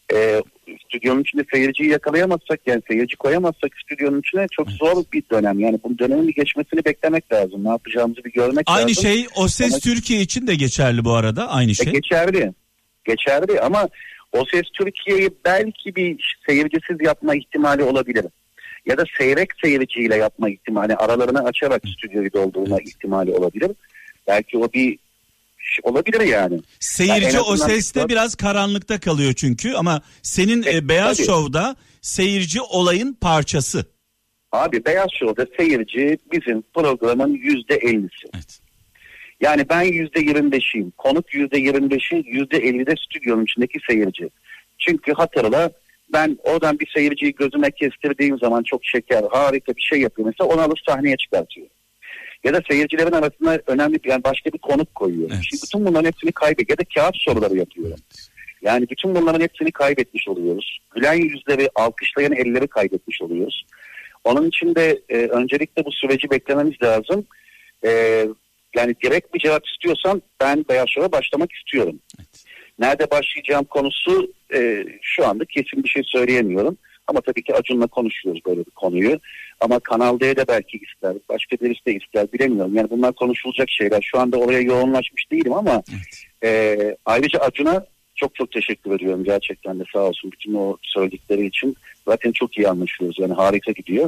e, stüdyonun içinde seyirciyi yakalayamazsak, yani seyirci koyamazsak stüdyonun içine çok evet. zor bir dönem. Yani bu dönemin bir geçmesini beklemek lazım. Ne yapacağımızı bir görmek aynı lazım. Aynı şey O Ses ama, Türkiye için de geçerli bu arada. Aynı şey. E, geçerli. Geçerli ama O Ses Türkiye'yi belki bir seyircisiz yapma ihtimali olabilir. Ya da seyrek seyirciyle yapma ihtimali, aralarını açarak stüdyoyu doldurma evet. ihtimali olabilir. Belki o bir olabilir yani. Seyirci yani O Ses'te bir... biraz karanlıkta kalıyor çünkü ama senin e, Beyaz tabii. Şov'da seyirci olayın parçası. Abi Beyaz Şov'da seyirci bizim programın yüzde ellisi. Evet. Yani ben yüzde yirmi beşiyim. Konuk yüzde yirmi beşi, yüzde elli de stüdyonun içindeki seyirci. Çünkü hatırla, ben oradan bir seyirciyi gözüme kestirdiğim zaman çok şeker, harika bir şey yapıyor. Mesela onu alıp sahneye çıkartıyor. Ya da seyircilerin arasında önemli bir, yani başka bir konuk koyuyorum. Evet. Şimdi bütün bunların hepsini kaybet ya da kağıt soruları yapıyorum. Evet. Yani bütün bunların hepsini kaybetmiş oluyoruz. Gülen yüzleri, alkışlayan elleri kaybetmiş oluyoruz. Onun için de e, öncelikle bu süreci beklememiz lazım. E, yani direkt bir cevap istiyorsan ben Beyaz Şov'a başlamak istiyorum. Evet. Nerede başlayacağım konusu e, şu anda kesin bir şey söyleyemiyorum. Ama tabii ki Acun'la konuşuyoruz böyle bir konuyu. Ama Kanal D'de belki ister, başka birisi de ister, bilemiyorum. Yani bunlar konuşulacak şeyler. Şu anda oraya yoğunlaşmış değilim ama evet. e, ayrıca Acun'a çok çok teşekkür ediyorum. Gerçekten de sağ olsun bütün o söyledikleri için. Zaten çok iyi anlaşıyoruz. Yani harika gidiyor.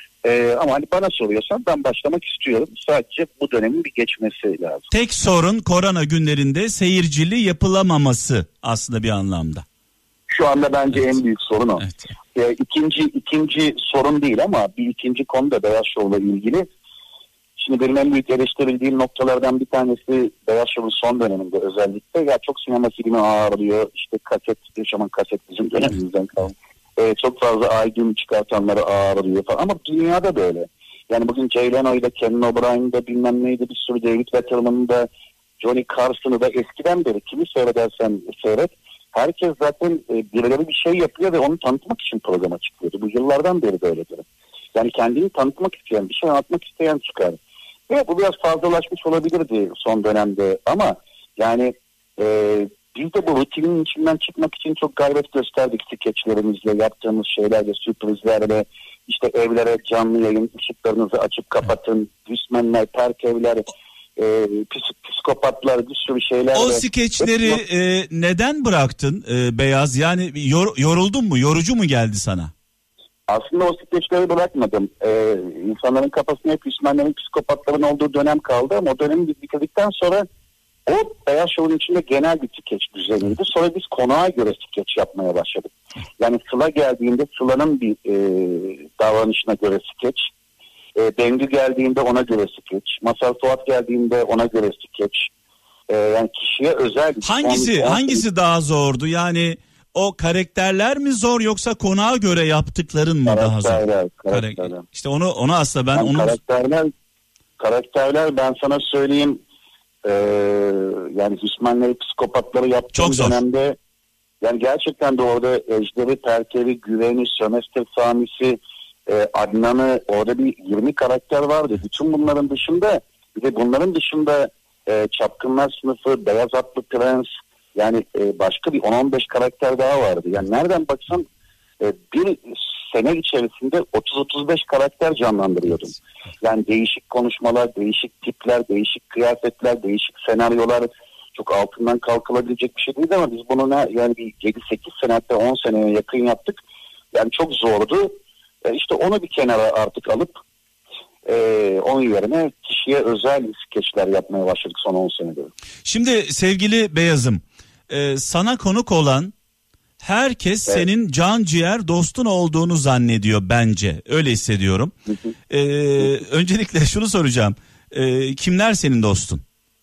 E, ama hani bana soruyorsan ben başlamak istiyorum. Sadece bu dönemin bir geçmesi lazım. Tek sorun korona günlerinde seyircili yapılamaması aslında bir anlamda. Şu anda bence evet. en büyük sorun o. Evet. E, ikinci ikinci sorun değil ama bir ikinci konu da Beyaz Şov'la ilgili. Şimdi benim en büyük eleştirildiğim noktalardan bir tanesi Beyaz Şov'un son döneminde özellikle. Ya çok sinema filmi ağırlıyor. İşte kaset, yaşaman kaset bizim dönemimizden kaldı. E, çok fazla albüm çıkartanları ağırlıyor falan. Ama dünyada böyle. Yani bugün Jay Leno'yla, Kenan O'Brien'da bilmem neydi, bir sürü David Letterman'ın da, Johnny Carson'ı da eskiden beri kimi seyredersen seyret. Herkes zaten e, birileri bir şey yapıyor ve onu tanıtmak için programa çıkıyordu. Bu yıllardan beri böyledir. Yani kendini tanıtmak isteyen, bir şey anlatmak isteyen çıkar. Ve bu biraz fazlalaşmış olabilirdi son dönemde ama yani e, biz de bu rutinin içinden çıkmak için çok gayret gösterdik skeçlerimizle, yaptığımız şeylerle, sürprizlerle. İşte evlere canlı yayın, ışıklarınızı açıp kapatın, düşmanlar, terk evler, e, psik- psikopatlar, bir sürü şeyler. O skeçleri e, neden bıraktın e, Beyaz? Yani yor, yoruldun mu? Yorucu mu geldi sana? Aslında o skeçleri bırakmadım. Ee, insanların kafasında hep düşmanların, psikopatların olduğu dönem kaldı ama o dönemi bitirdikten sonra o Beyaz Şov'un içinde genel bir skeç düzeniydi. Sonra biz konuğa göre skeç yapmaya başladık. Yani Sıla geldiğinde Sıla'nın bir e, davranışına göre skeç. E, Bengü geldiğinde ona göre skeç. Masal Fuat geldiğinde ona göre skeç. E, yani kişiye özel. Hangisi on, hangisi on, daha zordu? Yani o karakterler mi zor yoksa konuğa göre yaptıkların mı daha zor? Karakterler. karakterler. İşte onu onu aslında ben yani onu karakterler karakterler ben sana söyleyeyim. Ee, yani Hüsmenleri, psikopatları yaptığım dönemde yani gerçekten de orada Ejder'i, Terker'i, Güven'i, Sömestr Sami'si, e, Adnan'ı, orada bir yirmi karakter vardı. Bütün bunların dışında bir de bunların dışında e, Çapkınlar Sınıfı, Beyaz Atlı Prens, yani e, başka bir on on beş karakter daha vardı. Yani nereden baksan e, bir sene içerisinde otuz otuz beş karakter canlandırıyordum. Yani değişik konuşmalar, değişik tipler, değişik kıyafetler, değişik senaryolar, çok altından kalkılabilecek bir şey değil ama biz bunu ne, yani bir yedi sekiz sene hatta on seneye yakın yaptık. Yani çok zordu. E, işte onu bir kenara artık alıp e, onun yerine kişiye özel skeçler yapmaya başladık son on senede. Şimdi sevgili Beyaz'ım, e, sana konuk olan herkes evet. senin can ciğer dostun olduğunu zannediyor bence. Öyle hissediyorum. Hı hı. Ee, hı hı. Öncelikle şunu soracağım. Ee, kimler senin dostun?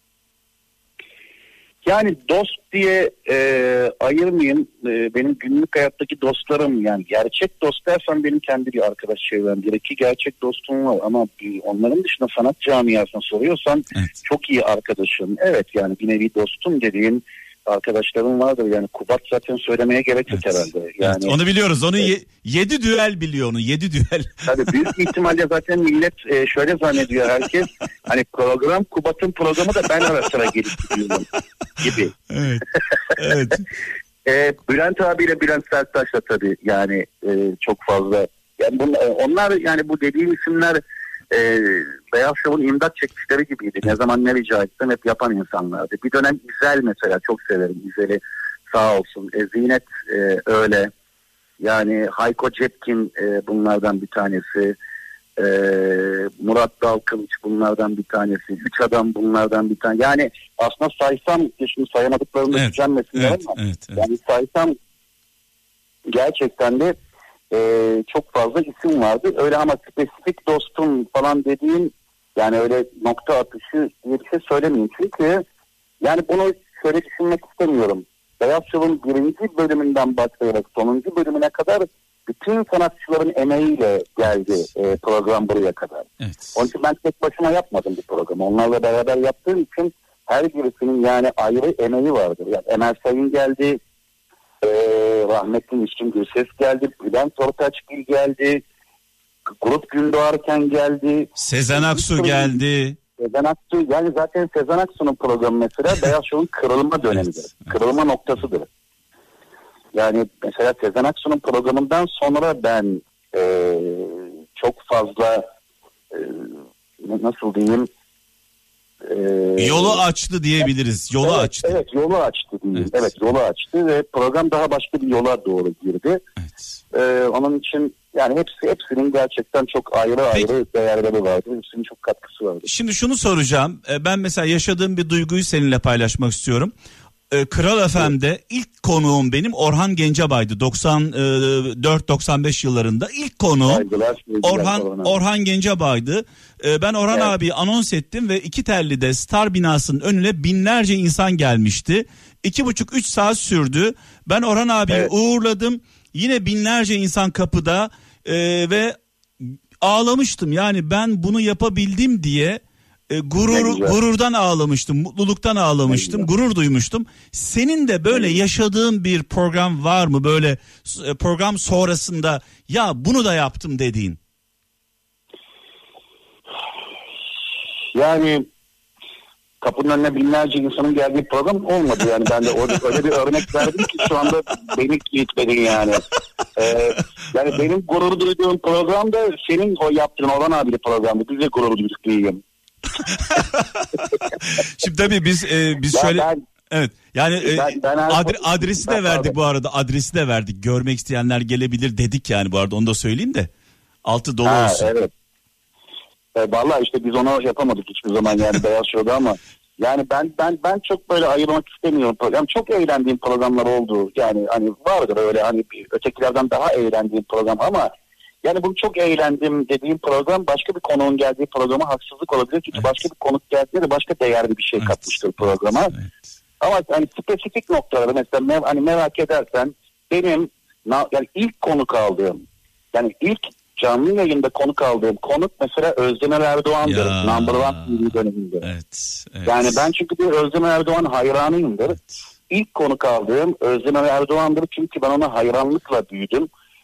Yani dost diye e, ayırmayayım. E, benim günlük hayattaki dostlarım, yani gerçek dost dersen benim kendi bir arkadaş çevrem. Bir iki gerçek dostum var ama bir, onların dışında sanat camiasına soruyorsan evet. çok iyi arkadaşım. Evet, yani bir nevi dostum dediğin arkadaşlarım vardır. Yani Kubat zaten söylemeye gerek yok evet. herhalde. Yani evet, onu biliyoruz. Onu evet. ye, yedi düel biliyor onu. Yedi düel. Tabii büyük ihtimalle zaten millet e, şöyle zannediyor herkes. Hani program Kubat'ın programı da ben ara sıra gelip gidiyorum gibi. Evet. Evet. e, Bülent abiyle Bülent Serttaş'la tabii yani e, çok fazla. Yani bunlar, onlar yani bu dediğim isimler e, Beyaz Şov'un imdat çekişleri gibiydi. Ne zaman ne rica etsem hep yapan insanlardı. Bir dönem İzel mesela çok severim. İzel'i sağ olsun. E, Zinet e, öyle. Yani Hayko Cepkin e, bunlardan bir tanesi. E, Murat Dalkılıç bunlardan bir tanesi. Üç Adam bunlardan bir tanesi. Yani aslında saysam, şimdi sayamadıklarını evet, gücenmesinler evet, ama evet, evet. yani saysam gerçekten de e, çok fazla isim vardı. Öyle ama spesifik dostum falan dediğim yani öyle nokta atışı diye bir şey söylemeyeyim. Çünkü yani bunu şöyle düşünmek istemiyorum. Beyaz Şov'un birinci bölümünden başlayarak sonuncu bölümüne kadar bütün sanatçıların emeğiyle geldi e, program buraya kadar. Evet. Onun için ben tek başıma yapmadım bir programı. Onlarla beraber yaptığım için her birisinin yani ayrı emeği vardır. Yani Emel Sayın geldi, e, rahmetli Müslüm Gürses geldi, Bülent Ortaçgil geldi, Grup Gündoğarken geldi. Sezen Aksu geldi. Sezen Aksu yani zaten Sezen Aksu'nun programı mesela Beyaz Şov'un kırılma dönemidir. Evet, evet. Kırılma noktasıdır. Yani mesela Sezen Aksu'nun programından sonra ben e, çok fazla e, nasıl diyeyim e, Yolu açtı diyebiliriz. Yolu evet, açtı. Evet yolu açtı diyeyim. Evet. Evet yolu açtı ve program daha başka bir yola doğru girdi. Evet. E, onun için yani hepsi hepsinin gerçekten çok ayrı Peki. ayrı değerleri vardı. Hepsinin çok katkısı vardı. Şimdi şunu soracağım. Ben mesela yaşadığım bir duyguyu seninle paylaşmak istiyorum. Kral F M'de ilk konuğum benim Orhan Gencebay'dı. doksan dört doksan beş yıllarında ilk konuğum Saygılar, Orhan Orhan, Orhan Gencebay'dı. Ben Orhan evet. abi anons ettim ve iki Telli'de Star binasının önüne binlerce insan gelmişti. İki buçuk üç saat sürdü. Ben Orhan abiyi evet. uğurladım. Yine binlerce insan kapıda e, ve ağlamıştım. Yani ben bunu yapabildim diye e, gurur gururdan ağlamıştım, mutluluktan ağlamıştım, gurur duymuştum. Senin de böyle yaşadığın bir program var mı? Böyle e, program sonrasında ya bunu da yaptım dediğin. Yani kapının önüne binlerce insanın geldiği program olmadı yani ben de orada öyle bir örnek verdim ki şu anda beni kilitledin yani. Ee, yani benim gurur duyduğum program da senin o yaptığın Orhan abiyle programdı. Biz de gurur duyduk diyeyim. Şimdi tabii biz e, biz ya şöyle ben, evet yani e, ben, ben adre, adresi de verdik bu arada adresi de verdik. Görmek isteyenler gelebilir dedik yani bu arada onu da söyleyeyim de altı dolu ha, olsun. Evet. E, vallahi işte biz onu yapamadık hiçbir zaman yani Beyaz Show'da ama yani ben ben ben çok böyle ayırmak istemiyorum program. Çok eğlendiğim programlar oldu. Yani hani vardır öyle hani ötekilerden daha eğlendiğim program ama yani bunu çok eğlendim dediğim program başka bir konuğun geldiği programa haksızlık olabilir. Çünkü evet. başka bir konuk geldiğinde de başka değerli bir şey evet. katmıştır programa. Evet. Ama hani spesifik noktaları mesela mev, hani merak edersen benim yani ilk konuk aldığım yani ilk canlı yayında konuk aldığım konuk mesela Özdemir Erdoğan'dır. Ya. Number One T V döneminde. Evet, evet. Yani ben çünkü bir Özdemir Erdoğan hayranıyımdır. Evet. İlk konuk aldığım Özdemir Erdoğan'dır çünkü ben ona hayranlıkla büyüdüm.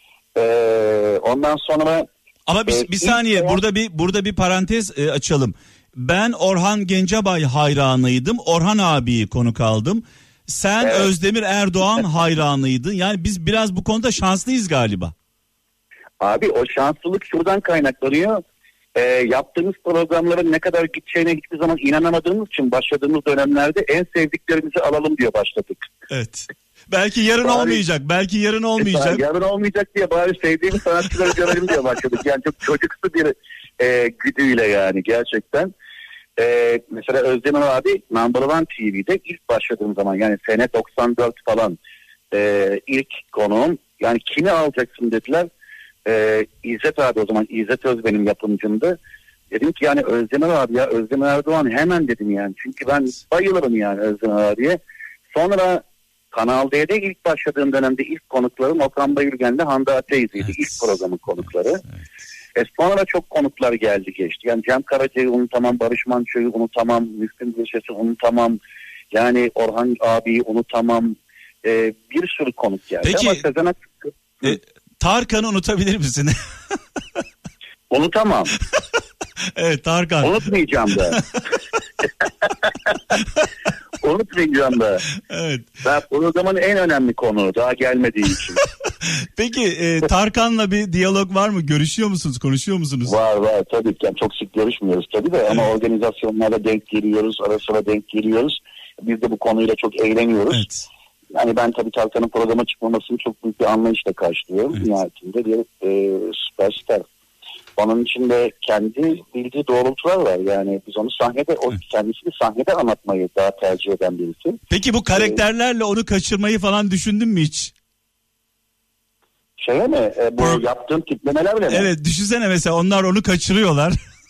Ee, ondan sonra ama bir, e, bir saniye ilk... burada bir burada bir parantez e, açalım. Ben Orhan Gencebay hayranıydım. Orhan abiyi konuk aldım. Sen evet. Özdemir Erdoğan hayranıydın. Yani biz biraz bu konuda şanslıyız galiba. Abi o şanslılık şuradan kaynaklanıyor. E, yaptığımız programların ne kadar gideceğine hiçbir zaman inanamadığımız için başladığımız dönemlerde en sevdiklerimizi alalım diye başladık. Evet. Belki yarın bari, olmayacak. Belki yarın olmayacak. E, yarın olmayacak diye bari sevdiğimiz sanatçıları görelim diye başladık. Yani çok çocuksu bir e, güdüyle yani gerçekten. E, mesela Özdemir abi Number One T V'de ilk başladığım zaman yani sene doksan dört falan e, ilk konuğum. Yani kimi alacaksın dediler. Ee, İzzet abi o zaman İzzet Öz benim yapımcımdı. Dedim ki yani Özdemir abi ya Özdemir Erdoğan hemen dedim yani. Çünkü ben bayılırım yani Özdemir abiye. Sonra Kanal D'de ilk başladığım dönemde ilk konuklarım Okan Bayülgen'le Hande Ateyzi'ydi. Evet. İlk programın konukları. Evet, evet. E sonra çok konuklar geldi geçti. Yani Cem Karaca'yı unutamam, Barış Manço'yu unutamam, Müslüm Gürses'i unutamam. Yani Orhan abiyi unutamam. E, bir sürü konuk geldi. Peki, ama Sezen Aksu... E, Tarkan'ı unutabilir misin? Unutamam. Evet Tarkan. Unutmayacağım da. Onu söyleyeceğim de. Evet. Ben programın en önemli konu daha gelmediği için. Peki e, Tarkan'la bir diyalog var mı? Görüşüyor musunuz? Konuşuyor musunuz? Var var tabii ki. Yani çok sık görüşmüyoruz tabii de ama Evet. organizasyonlarda denk geliyoruz. Ara sıra denk geliyoruz. Biz de bu konuyla çok eğleniyoruz. Evet. Yani ben tabii Tarkan'ın programa çıkmamasını çok büyük bir anlayışla karşılıyorum. Evet. Nihayetinde bir e, süperstar. Onun içinde kendi bildiği doğrultular var. Yani biz onu sahnede, o kendisini sahnede anlatmayı daha tercih eden birisi. Peki bu karakterlerle onu kaçırmayı falan düşündün mü hiç? Şeye mi? E, bu Pro- yaptığım tiplemelerle mi? Evet, düşünsene mesela onlar onu kaçırıyorlar.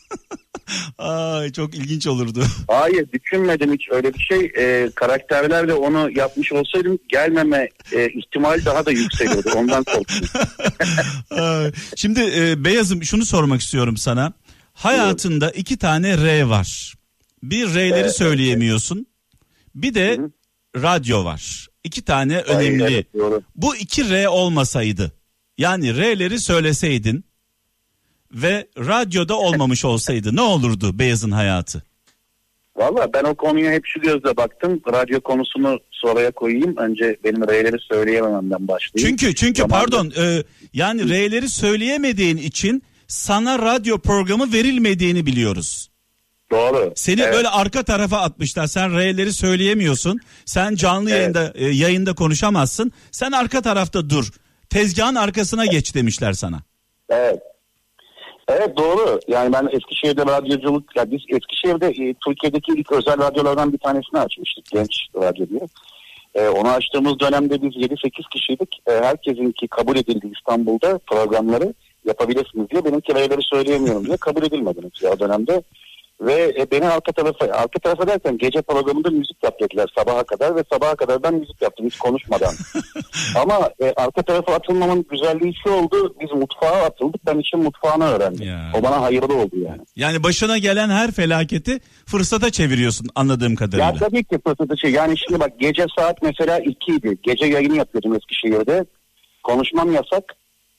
Ay, çok ilginç olurdu. Hayır, düşünmedim hiç öyle bir şey. E, karakterlerle onu yapmış olsaydım gelmeme e, ihtimal daha da yükseliyordu. Ondan korktum. Ay, Şimdi e, Beyazım şunu sormak istiyorum sana. Hayatında iki tane R var. Bir R'leri Evet, söyleyemiyorsun. Bir de Hı-hı. radyo var. İki tane Hayır, önemli. evet, doğru. Bu iki R olmasaydı, yani R'leri söyleseydin ve radyoda olmamış olsaydı ne olurdu Beyaz'ın hayatı? Valla ben o konuya hep şu gözle baktım. Radyo konusunu sonraya koyayım. Önce benim R'leri söyleyemememden başlayayım. Çünkü çünkü Zamanında- pardon e, yani R'leri söyleyemediğin için sana radyo programı verilmediğini biliyoruz. Doğru. Seni Evet. böyle arka tarafa atmışlar. Sen R'leri söyleyemiyorsun. Sen canlı Evet. yayında e, yayında konuşamazsın. Sen arka tarafta dur. Tezgahın arkasına geç demişler sana. Evet. Evet doğru. Yani ben Eskişehir'de radyoculuk, ya biz Eskişehir'de e, Türkiye'deki ilk özel radyolardan bir tanesini açmıştık. Genç radyo diye. E, onu açtığımız dönemde biz yedi sekiz kişiydik. E, herkesinki kabul edildi İstanbul'da programları yapabilirsiniz diye. Benimki R'leri söyleyemiyorum diye kabul edilmedi mesela o dönemde. Ve e, beni arka tarafa, arka tarafa derken gece programında müzik yap dediler sabaha kadar ve sabaha kadar ben müzik yaptım hiç konuşmadan. Ama e, arka tarafa atılmamın güzelliği şu oldu, biz mutfağa atıldık, ben işin mutfağını öğrendim. Ya. O bana hayırlı oldu yani. Yani başına gelen her felaketi fırsata çeviriyorsun anladığım kadarıyla. Ya tabii ki fırsatı şey, yani şimdi bak gece saat mesela ikiydi, gece yayını yapıyordum Eskişehir'de, konuşmam yasak.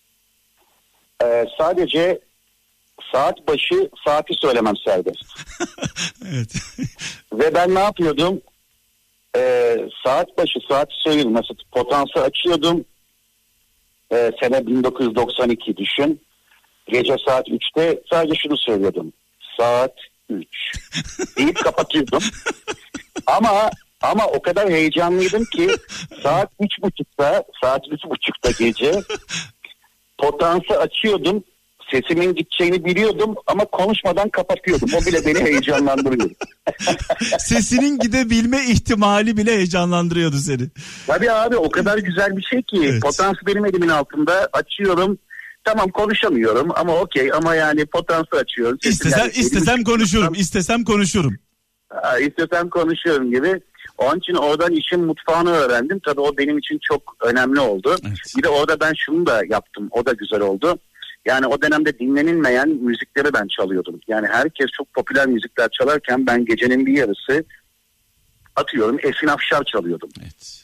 Ee, sadece saat başı saati söylemem serbest. Evet. Ve ben ne yapıyordum? Ee, saat başı saati söyleyeyim. Mesela potansı açıyordum. Ee, sene bin dokuz yüz doksan iki düşün. Gece saat üçte sadece şunu söylüyordum. Saat üç. deyip kapatıyordum. Ama ama o kadar heyecanlıydım ki saat üç buçukta saat üç buçukta gece potansı açıyordum. Sesimin gideceğini biliyordum ama konuşmadan kapatıyordum. O bile beni heyecanlandırıyor. Sesinin gidebilme ihtimali bile heyecanlandırıyordu seni. Tabii abi o kadar güzel bir şey ki. Evet. Potansı benim elimin altında, açıyorum. Tamam konuşamıyorum ama okey, ama yani potansı açıyorum. Sesim İstesem, yani- istesem konuşurum, istesem konuşurum. Ha, istesem konuşuyorum gibi. Onun için oradan işin mutfağını öğrendim. Tabii o benim için çok önemli oldu. Evet. Bir de orada ben şunu da yaptım. O da güzel oldu. Yani o dönemde dinlenilmeyen müzikleri ben çalıyordum. Yani herkes çok popüler müzikler çalarken ben gecenin bir yarısı atıyorum Esin Afşar çalıyordum. Evet.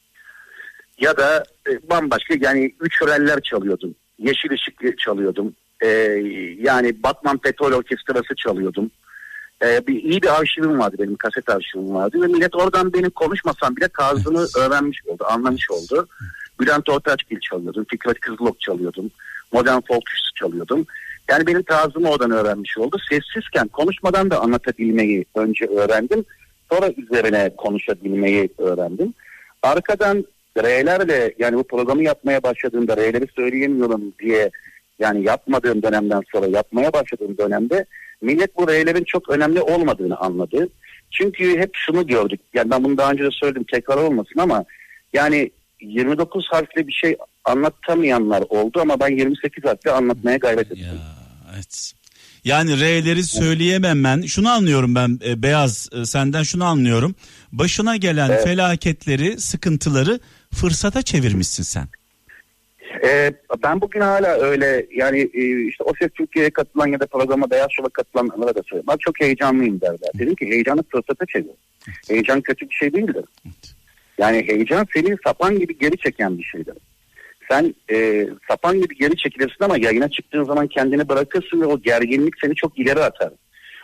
Ya da e, bambaşka yani üç höreller çalıyordum. Yeşil Işık çalıyordum. E, yani Batman Petrol Orkestrası çalıyordum. E, bir iyi bir arşivim vardı, benim kaset arşivim vardı ve millet oradan benim konuşmasam bile tarzını Evet. öğrenmiş oldu, anlamış oldu. Bülent Ortaçgil çalıyordum, Fikret Kızılok çalıyordum, Modern Folk çalıyordum. Yani benim tarzımı oradan öğrenmiş oldu. Sessizken konuşmadan da anlatabilmeyi önce öğrendim. Sonra üzerine konuşabilmeyi öğrendim. Arkadan R'lerle, yani bu programı yapmaya başladığımda R'leri söyleyemiyorum diye, yani yapmadığım dönemden sonra yapmaya başladığım dönemde millet bu R'lerin çok önemli olmadığını anladı. Çünkü hep şunu gördük. Yani ben bunu daha önce de söyledim, tekrar olmasın ama yani yirmi dokuz harfli bir şey anlatamayanlar oldu ama ben yirmi sekiz harfli anlatmaya gayret ettim. Ya, evet. Yani R'leri söyleyememen, şunu anlıyorum ben e, Beyaz, e, senden şunu anlıyorum. Başına gelen Evet. felaketleri, sıkıntıları fırsata çevirmişsin sen. Ee, ben bugün hala öyle, yani e, işte O Ses Türkiye'ye katılan ya da programa Beyaz Şov'a katılanlara da söylüyorum. Ben çok heyecanlıyım derler. Dedim ki heyecanı fırsata çevir. Heyecan kötü bir şey değildir. Yani heyecan seni sapan gibi geri çeken bir şeydir. Sen e, sapan gibi geri çekilirsin ama yayına çıktığın zaman kendini bırakırsın ve o gerginlik seni çok ileri atar.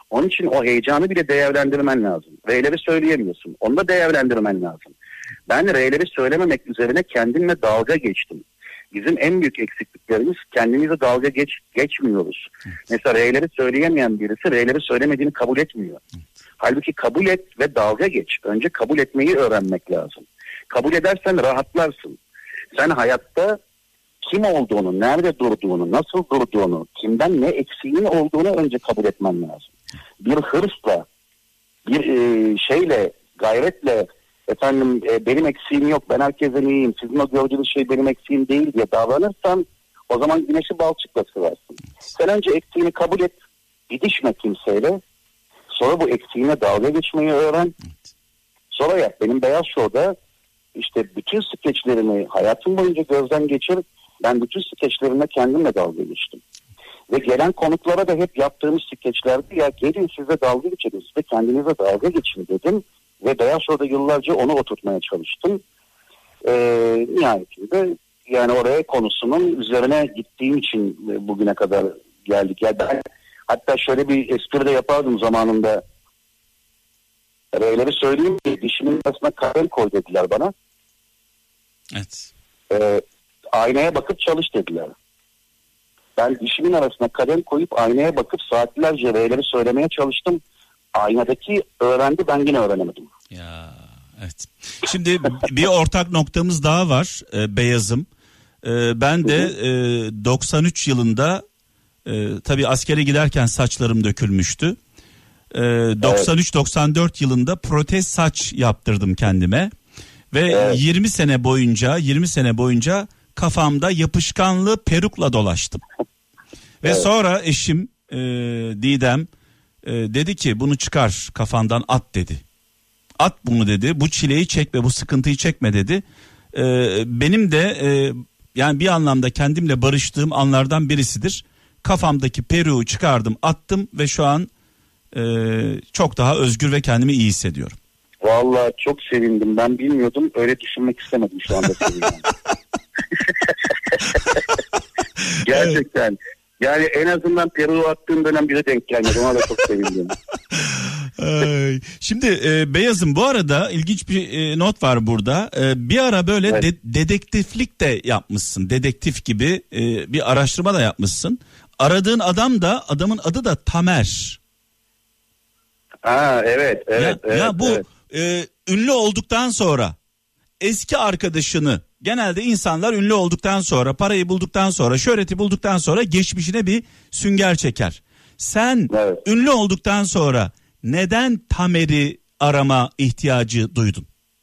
Onun için o heyecanı bile değerlendirmen lazım. R'leri söyleyemiyorsun. Onu da değerlendirmen lazım. Ben R'leri söylememek üzerine kendimle dalga geçtim. Bizim en büyük eksikliklerimiz kendimize dalga geç geçmiyoruz. Evet. Mesela R'leri söyleyemeyen birisi R'leri söylemediğini kabul etmiyor. Evet. Halbuki kabul et ve dalga geç. Önce kabul etmeyi öğrenmek lazım. Kabul edersen rahatlarsın. Sen hayatta kim olduğunu, nerede durduğunu, nasıl durduğunu, kimden ne eksiğin olduğunu önce kabul etmen lazım. Bir hırsla, bir e, şeyle, gayretle efendim e, benim eksiğim yok, ben herkesten iyiyim, sizin o gördüğünüz şey benim eksiğim değil diye davranırsan o zaman güneşi balçıkla sıvarsın. Sen önce eksiğini kabul et, didişme kimseyle, sonra bu eksiğine dalga geçmeyi öğren, sonra yap. Benim Beyaz Show'da işte bütün skeçlerimi hayatım boyunca gözden geçir, ben bütün skeçlerimle kendimle dalga geçtim. Ve gelen konuklara da hep yaptığımız skeçlerde ya gelin size dalga geçelim, size kendinize dalga geçin dedim. Ve Beyaz Show'da yıllarca onu oturtmaya çalıştım. Ee, nihayetinde yani oraya konusunun üzerine gittiğim için bugüne kadar geldik. Ya ben hatta şöyle bir espri de yapardım zamanında. R'leri söyleyeyim ki dişimin arasına kalem koy dediler bana. Evet. Ee, aynaya bakıp çalış dediler. Ben dişimin arasına kalem koyup aynaya bakıp saatlerce R'leri söylemeye çalıştım. Aynadaki öğrendi, ben yine öğrenemedim. Ya evet. Şimdi bir ortak noktamız daha var e, Beyaz'ım. E, ben de e, doksan üç yılında e, tabii askere giderken saçlarım dökülmüştü. E, doksan üç doksan dört yılında protez saç yaptırdım kendime. Ve evet. yirmi sene boyunca yirmi sene boyunca kafamda yapışkanlı perukla dolaştım. Ve evet. sonra eşim e, Didem e, dedi ki bunu çıkar kafandan, at dedi. At bunu dedi. Bu çileyi çekme, bu sıkıntıyı çekme dedi. E, benim de e, yani bir anlamda kendimle barıştığım anlardan birisidir. Kafamdaki peruğu çıkardım, attım ve şu an e, çok daha özgür ve kendimi iyi hissediyorum. Vallahi çok sevindim. Ben bilmiyordum. Öyle düşünmek istemedim şu anda sevindim. Gerçekten. Evet. Yani en azından peruğu attığım dönem bize denk gelmedi. Ona da çok sevindim. Şimdi e, Beyaz'ım bu arada ilginç bir e, not var burada. E, bir ara böyle evet. de, dedektiflik de yapmışsın. Dedektif gibi e, bir araştırma da yapmışsın. Aradığın adam da, adamın adı da Tamer. Ha evet evet. Ya, evet, ya bu evet. E, ünlü olduktan sonra eski arkadaşını, genelde insanlar ünlü olduktan sonra, parayı bulduktan sonra, şöhreti bulduktan sonra geçmişine bir sünger çeker. Sen evet. ünlü olduktan sonra neden Tamer'i arama ihtiyacı duydun?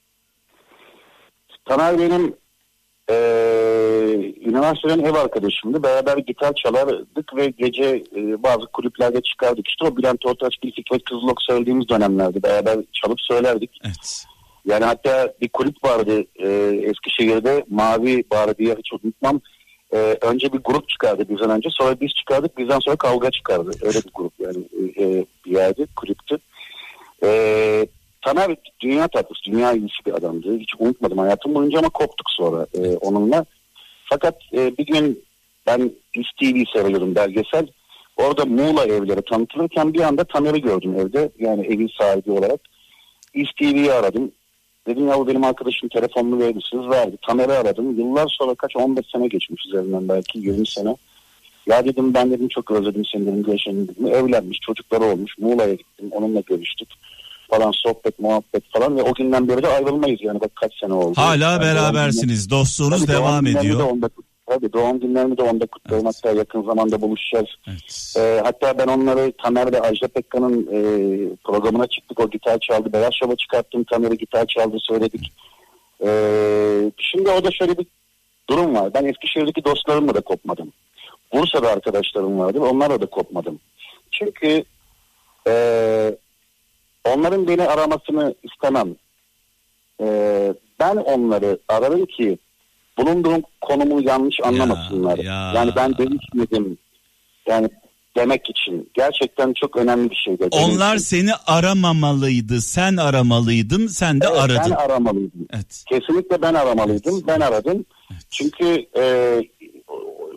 Tamer benim e, üniversiteden ev arkadaşımdı. Beraber gitar çalardık ve gece e, bazı kulüplerde çıkardık. İşte o Bülent Ortaç, Fikret Kızılok söylediğimiz dönemlerde beraber çalıp söylerdik. Evet. Yani hatta bir kulüp vardı e, Eskişehir'de, Mavi Bar diye, hiç unutmam. E, önce bir grup çıkardı bizden önce, sonra biz çıkardık, bizden sonra kavga çıkardı. Öyle bir grup yani e, bir yerde, kulüptü. E, Tamer dünya tatlısı, dünya iyisi bir adamdı. Hiç unutmadım hayatım boyunca ama koptuk sonra e, onunla. Fakat e, bir gün ben İş T V seyrediyorum, belgesel. Orada Muğla evleri tanıtılırken bir anda Tamer'i gördüm evde. Yani evin sahibi olarak. İş T V'yi aradım. Dedim ya bu benim arkadaşım, telefonunu verir misiniz? Verdi. Tamer'i aradım. Yıllar sonra, kaç on beş sene geçmiş üzerinden, belki yirmi sene. Ya dedim ben dedim çok özledim seni dedim, Gülşen'in dedim. Evlenmiş, çocukları olmuş. Muğla'ya gittim, onunla görüştük falan, sohbet muhabbet falan ve o günden beri de ayrılmayız yani, bak kaç sene oldu. Hala yani berabersiniz, dostluğunuz tabii devam ediyor. Onda, tabii doğum günlerimi de onda kutlarım, evet. Hatta yakın zamanda buluşacağız. Evet. Ee, hatta ben onları Tamer ve Ajda Pekkan'ın e, programına çıktık, o gitar çaldı, Beyaz Show'a çıkarttım, Tamer'i gitar çaldı, söyledik. Ee, şimdi orada şöyle bir durum var, ben Eskişehir'deki dostlarımla da kopmadım. Bursa'da arkadaşlarım vardı, onlarla da kopmadım. Çünkü eee onların beni aramasını istemem. Ee, ben onları ararım ki bulunduğum konumu yanlış anlamasınlar. Ya, ya. Yani ben değişmedim. Yani demek için. Gerçekten çok önemli bir şeydi. Onlar için. Seni aramamalıydı. Sen aramalıydın. Sen de evet, aradın. Ben aramalıydım. Evet. Kesinlikle ben aramalıydım. Evet. Ben aradım. Evet. Çünkü e,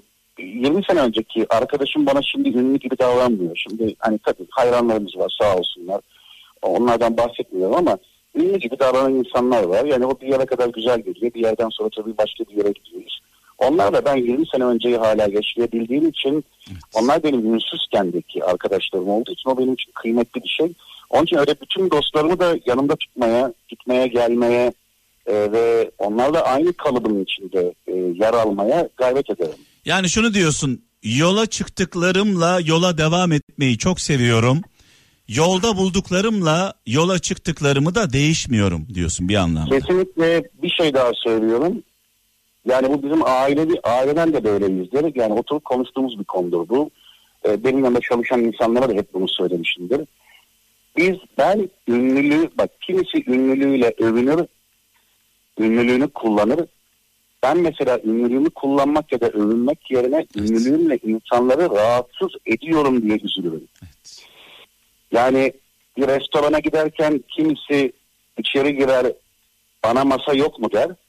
yirmi sene önceki arkadaşım bana şimdi ünlü gibi davranmıyor. Şimdi hani tabii hayranlarımız var, sağ olsunlar. Onlardan bahsetmiyorum ama ünlü gibi davranan insanlar var. Yani o bir yere kadar güzel geliyor. Bir yerden sonra tabii başka bir yere gidiyoruz. Onlarla ben yirmi sene önceyi hala yaşayabildiğim için, evet. Onlar benim ünsüzkendeki arkadaşlarım olduğu için o benim için kıymetli bir şey. Onun için öyle bütün dostlarımı da yanımda tutmaya, gitmeye, gelmeye e, ve onlarla aynı kalıbın içinde e, yer almaya gayret ederim. Yani şunu diyorsun, yola çıktıklarımla yola devam etmeyi çok seviyorum. Yolda bulduklarımla yola çıktıklarımı da değişmiyorum diyorsun bir anlamda. Kesinlikle bir şey daha söylüyorum. Yani bu bizim ailevi, aileden de böyleyizdir. Yani oturup konuştuğumuz bir konudur bu. Ee, benim yanımda çalışan insanlara da hep bunu söylemişimdir. Biz, ben ünlülüğü, bak kimisi ünlülüğüyle övünür, ünlülüğünü kullanır. Ben mesela ünlülüğümü kullanmak ya da övünmek yerine evet. ünlülüğümle insanları rahatsız ediyorum diye üzülürüm. Evet. Yani bir restorana giderken kimisi içeri girer, bana masa yok mu der.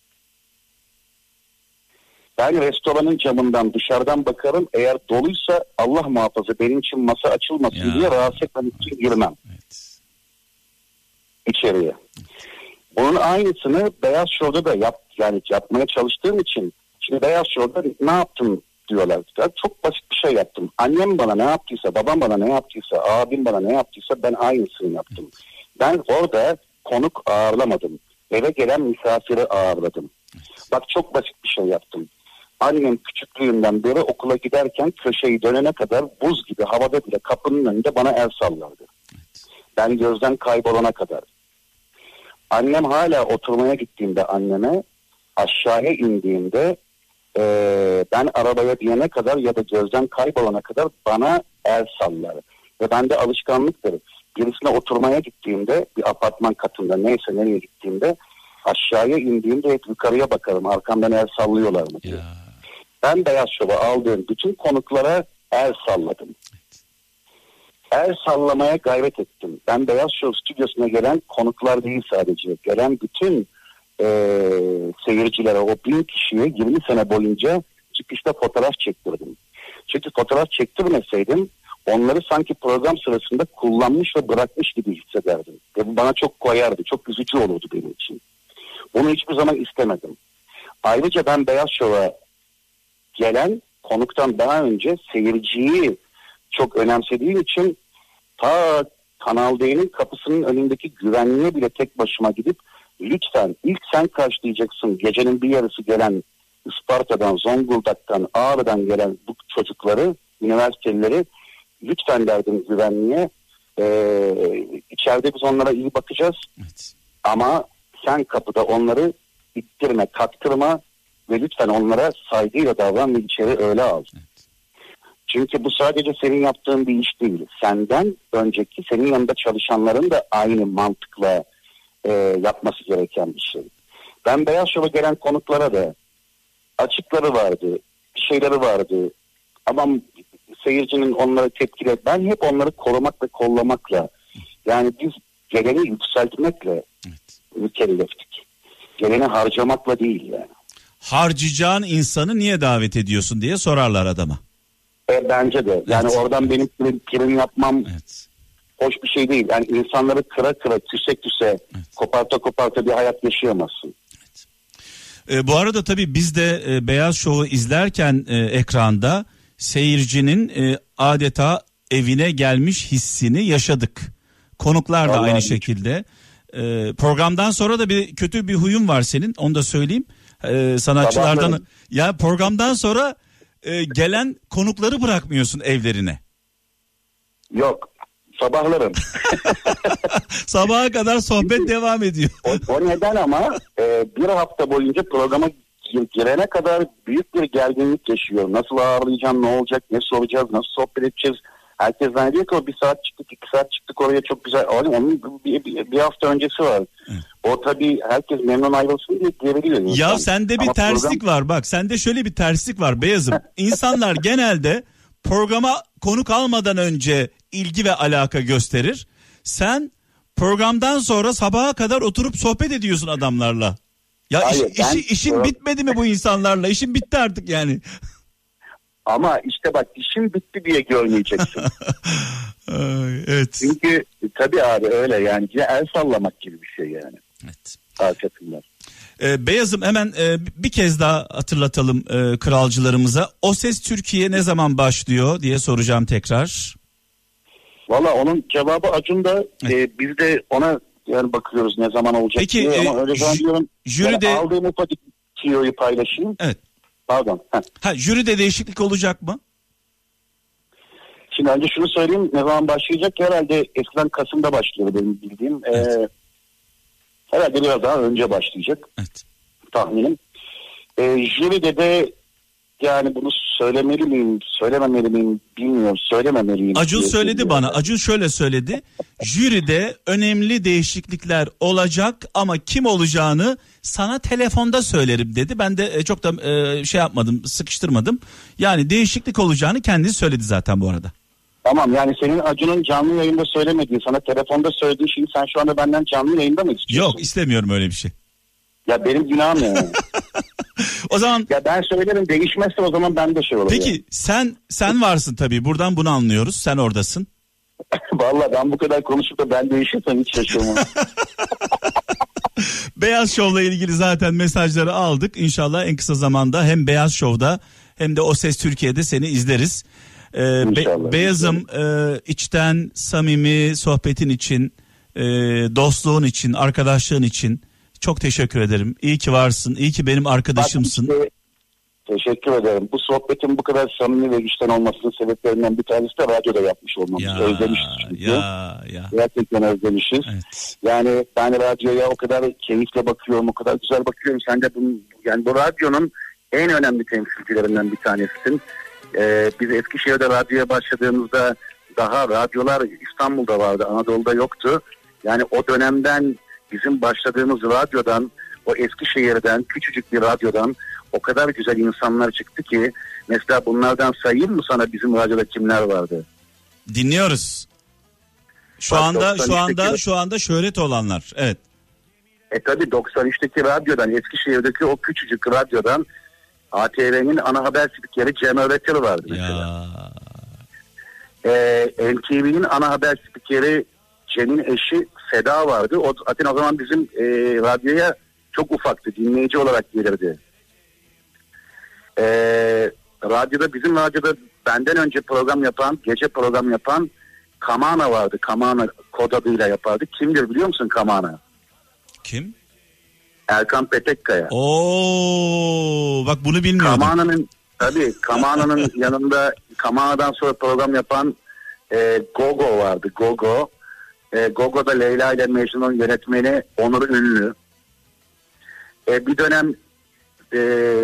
Ben restoranın camından dışarıdan bakarım, eğer doluysa Allah muhafaza benim için masa açılmasın ya. diye rahatsız etmemek için girmem. Evet. İçeriye. Bunun aynısını Beyaz Show'da da yap, yani yapmaya çalıştığım için, şimdi Beyaz Show'da ne yaptım diyorlar. Çok basit bir şey yaptım. Annem bana ne yaptıysa, babam bana ne yaptıysa, abim bana ne yaptıysa ben aynısını yaptım. Ben orada konuk ağırlamadım. Eve gelen misafiri ağırladım. Bak çok basit bir şey yaptım. Annem küçüklüğümden beri okula giderken köşeyi dönene kadar buz gibi havada bile kapının önünde bana el sallardı. Ben gözden kaybolana kadar. Annem hala oturmaya gittiğimde anneme, aşağıya indiğimde e, ben arabaya binene kadar ya da gözden kaybolana kadar bana el sallar. Ve bende alışkanlıktır. Birisine oturmaya gittiğimde bir apartman katında neyse nereye gittiğimde aşağıya indiğimde hep yukarıya bakarım. Arkamdan el sallıyorlar mı diye. Ya. Ben Beyaz Show'a aldığım bütün konuklara el salladım. El sallamaya gayret ettim. Ben Beyaz Show stüdyosuna gelen konuklar değil sadece. Gelen bütün e, seyircilere, o bin kişiye yirmi sene boyunca çıkışta fotoğraf çektirdim. Çünkü fotoğraf çektirmeseydim onları sanki program sırasında kullanmış ve bırakmış gibi hissederdim. Ve bu bana çok koyardı. Çok üzücü olurdu benim için. Bunu hiçbir zaman istemedim. Ayrıca ben Beyaz Show'a gelen konuktan daha önce seyirciyi çok önemsediğim için ta Kanal D'nin kapısının önündeki güvenliğe bile tek başıma gidip lütfen ilk sen karşılayacaksın gecenin bir yarısı gelen Isparta'dan, Zonguldak'tan, Ağrı'dan gelen bu çocukları, üniversitelileri lütfen derdim güvenliğe. Ee, içeride biz onlara iyi bakacağız. Evet. Ama sen kapıda onları ittirme, kaktırma ve lütfen onlara saygıyla davran ve içeri öyle al. Evet. Çünkü bu sadece senin yaptığın bir iş değil. Senden önceki senin yanında çalışanların da aynı mantıkla e, yapması gereken bir şey. Ben Beyaz Show'a gelen konuklara da açıkları vardı, bir şeyleri vardı. Ama seyircinin onlara tepkileri, ben hep onları korumak ve kollamakla, yani biz geleni yükseltmekle evet. mükelleftik. Geleni harcamakla değil yani. Harcayacağın insanı niye davet ediyorsun diye sorarlar adama. E, bence de. Yani evet. oradan benim prim, prim yapmam evet. hoş bir şey değil. Yani insanları kıra kıra, küse küse, evet. koparta koparta bir hayat yaşayamazsın. Evet. E, bu arada tabii biz de e, Beyaz Show'u izlerken e, ekranda seyircinin e, adeta evine gelmiş hissini yaşadık. Konuklar da Vallahi aynı şekilde. E, programdan sonra da bir kötü bir huyun var senin. Onu da söyleyeyim. E, sanatçılardan Sabahları. Ya programdan sonra e, gelen konukları bırakmıyorsun evlerine. Yok. Sabahlarım. Sabaha kadar sohbet devam ediyor. O, o neden ama e, bir hafta boyunca programa girene kadar büyük bir gerginlik yaşıyor. Nasıl ağırlayacağım, ne olacak, ne soracağız, nasıl sohbet edeceğiz. Herkes zannediyor ki o bir saat çıktık, iki saat çıktık oraya çok güzel. Onun bir, bir, bir hafta öncesi var. Evet. O tabii herkes memnun ayrılsın diye diyebiliyor. Ya sende bir ama terslik program... var bak. Sende şöyle bir terslik var Beyazım. İnsanlar genelde programa konuk almadan önce ilgi ve alaka gösterir. Sen programdan sonra sabaha kadar oturup sohbet ediyorsun adamlarla. Ya Hayır, iş, işi, işin program... bitmedi mi bu insanlarla? İşin bitti artık yani. Ama işte bak işim bitti diye görmeyeceksin. Evet. Çünkü tabii abi öyle yani el sallamak gibi bir şey yani. Evet. Hakikaten. Ee, Beyazım hemen e, bir kez daha hatırlatalım e, kralcılarımıza. O Ses Türkiye ne zaman başlıyor diye soracağım tekrar. Valla onun cevabı Acun'da Evet. e, biz de ona yani bakıyoruz ne zaman olacak Peki, diye e, ama öyle zannediyorum. jüride- Yani aldığım ufacık tiyoyu paylaşayım. Evet. Pardon. Heh. Ha, jüride değişiklik olacak mı? Şimdi önce şunu söyleyeyim, ne zaman başlayacak? Herhalde eskiden Kasım'da başlıyor benim bildiğim. Evet. Ee, herhalde biraz daha önce başlayacak Evet. tahminim. Ee, jüride de yani bunu söylemeli miyim, söylememeli miyim bilmiyorum, söylememeliyim. Acun diye söyledi düşünüyorum. bana. Acun şöyle söyledi. Jüride önemli değişiklikler olacak ama kim olacağını sana telefonda söylerim dedi. Ben de e, çok da e, şey yapmadım, sıkıştırmadım. Yani değişiklik olacağını kendisi söyledi zaten bu arada. Tamam, yani senin Acun'un canlı yayında söylemediği, sana telefonda söylediği şeyi sen şu anda benden canlı yayında mı istiyorsun? Yok, istemiyorum öyle bir şey. Ya benim günahım yani. O zaman Ya ben söylerim, değişmezse o zaman ben de şey olur. peki yani. sen sen varsın tabii, buradan bunu anlıyoruz. Sen oradasın. Vallahi ben bu kadar konuşup da ben değişirsem hiç şaşırmam. Beyaz Show'la ilgili zaten mesajları aldık. İnşallah en kısa zamanda hem Beyaz Show'da hem de O Ses Türkiye'de seni izleriz. Ee, Be- İnşallah, Beyazım e, içten samimi sohbetin için, e, dostluğun için, arkadaşlığın için çok teşekkür ederim. İyi ki varsın, iyi ki benim arkadaşımsın. Bak işte, teşekkür ederim. Bu sohbetin bu kadar samimi ve içten olmasının sebeplerinden bir tanesi de radyoda yapmış olmamız. Ya, Özlemişiz çünkü. ya, ya. Gerçekten özlemişiz. Evet. Yani ben radyoya o kadar keyifle bakıyorum, o kadar güzel bakıyorum. Sen de bunun, yani bu radyonun en önemli temsilcilerinden bir tanesisin. Ee, biz Eskişehir'de radyoya başladığımızda daha radyolar İstanbul'da vardı, Anadolu'da yoktu. Yani o dönemden bizim başladığımız radyodan, o Eskişehir'den, küçücük bir radyodan o kadar güzel insanlar çıktı ki, mesela bunlardan sayayım mı sana bizim radyoda kimler vardı? Dinliyoruz. Şu Bak, anda şu doksan üçteki anda şu anda şöhret olanlar. Evet. E tabi doksan üçteki radyodan, Eskişehir'deki o küçücük radyodan A T V'nin ana haber spikeri Cem Öğretir vardı mesela. Ya. Ee, N T V'nin ana haber spikeri Cem'in eşi Seda vardı. O zaten o zaman bizim e, radyoya çok ufaktı, dinleyici olarak gelirdi. Ee, radyoda, bizim radyoda benden önce program yapan, gece program yapan Kamana vardı. Kamana kod adıyla yapardı. Kimdir biliyor musun Kamana? Kim? Erkan Petekkaya. Oo, bak bunu bilmiyordum. Kamana'nın tabii Kamana'nın yanında Kamana'dan sonra program yapan e, Gogo vardı. Gogo. E, Gogo'da Leyla ile Mecnun'un yönetmeni Onur Ünlü. E, bir dönem e,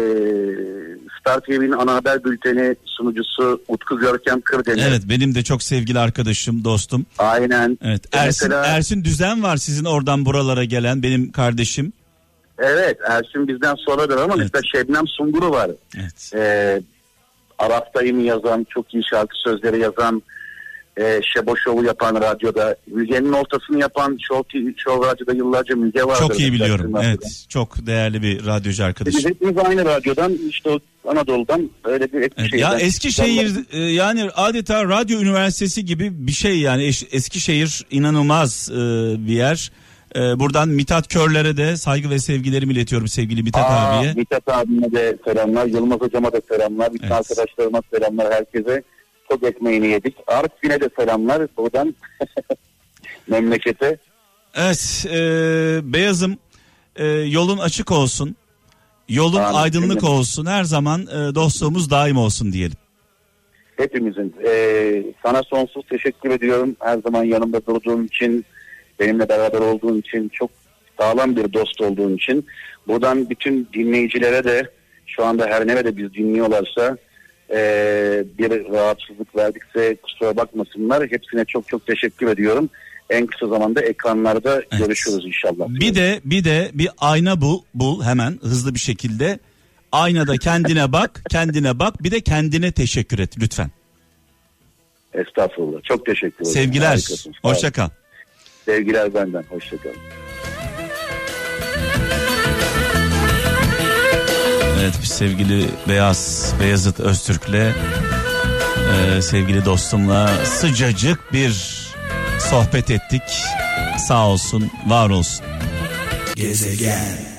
Star T V'nin ana haber bülteni sunucusu Utku Görkem Kırdemir. Evet, benim de çok sevgili arkadaşım, dostum. Aynen. Evet. E, Ersin mesela, Ersin Düzen var sizin oradan buralara gelen, benim kardeşim. evet, Ersin bizden sonradır ama Evet. mesela Şebnem Sungur'u var. Evet. E, Arap'tayımı yazan, çok iyi şarkı sözleri yazan, e, Şebo Show'u yapan radyoda, Müge'nin ortasını yapan Show, Show Radyo'da yıllarca Müge vardı. Çok iyi biliyorum. Radyoda. Evet. Çok değerli bir radyocu Biz arkadaşım. hepimiz aynı radyodan, işte o Anadolu'dan öyle bir Evet, Eskişehir'den. ya Eskişehir e, yani adeta radyo üniversitesi gibi bir şey yani. Eş- Eskişehir inanılmaz e, bir yer. E, buradan Mithat Körler'e de saygı ve sevgilerimi iletiyorum, sevgili Mithat Aa, abiye. Mithat abime de selamlar, Yılmaz hocama da selamlar, bütün Evet. arkadaşlarıma selamlar, herkese. Çok ekmeğini yedik. Artvin'e de selamlar buradan memlekete. Evet, e, Beyazım, e, yolun açık olsun. Yolun Amin. aydınlık Amin. olsun. Her zaman e, dostluğumuz daim olsun diyelim. Hepimizin. Ee, sana sonsuz teşekkür ediyorum. Her zaman yanımda durduğun için, benimle beraber olduğun için, çok sağlam bir dost olduğun için. Buradan bütün dinleyicilere de, şu anda her nerede biz dinliyorlarsa, ee, bir rahatsızlık verdikse kusura bakmasınlar. Hepsine çok çok teşekkür ediyorum. En kısa zamanda ekranlarda Evet. görüşürüz inşallah. Bir de bir de bir ayna bul, bul hemen hızlı bir şekilde. Aynada kendine bak, kendine bak. Bir de kendine teşekkür et lütfen. Estağfurullah. Çok teşekkür ederim. Sevgiler. Harikasın. Sağ ol. Hoşça kal. Sevgiler benden. Hoşça kal. Evet, biz sevgili Beyaz Beyazıt Öztürk'le e, sevgili dostumla sıcacık bir sohbet ettik. Sağ olsun, var olsun. Gezegen.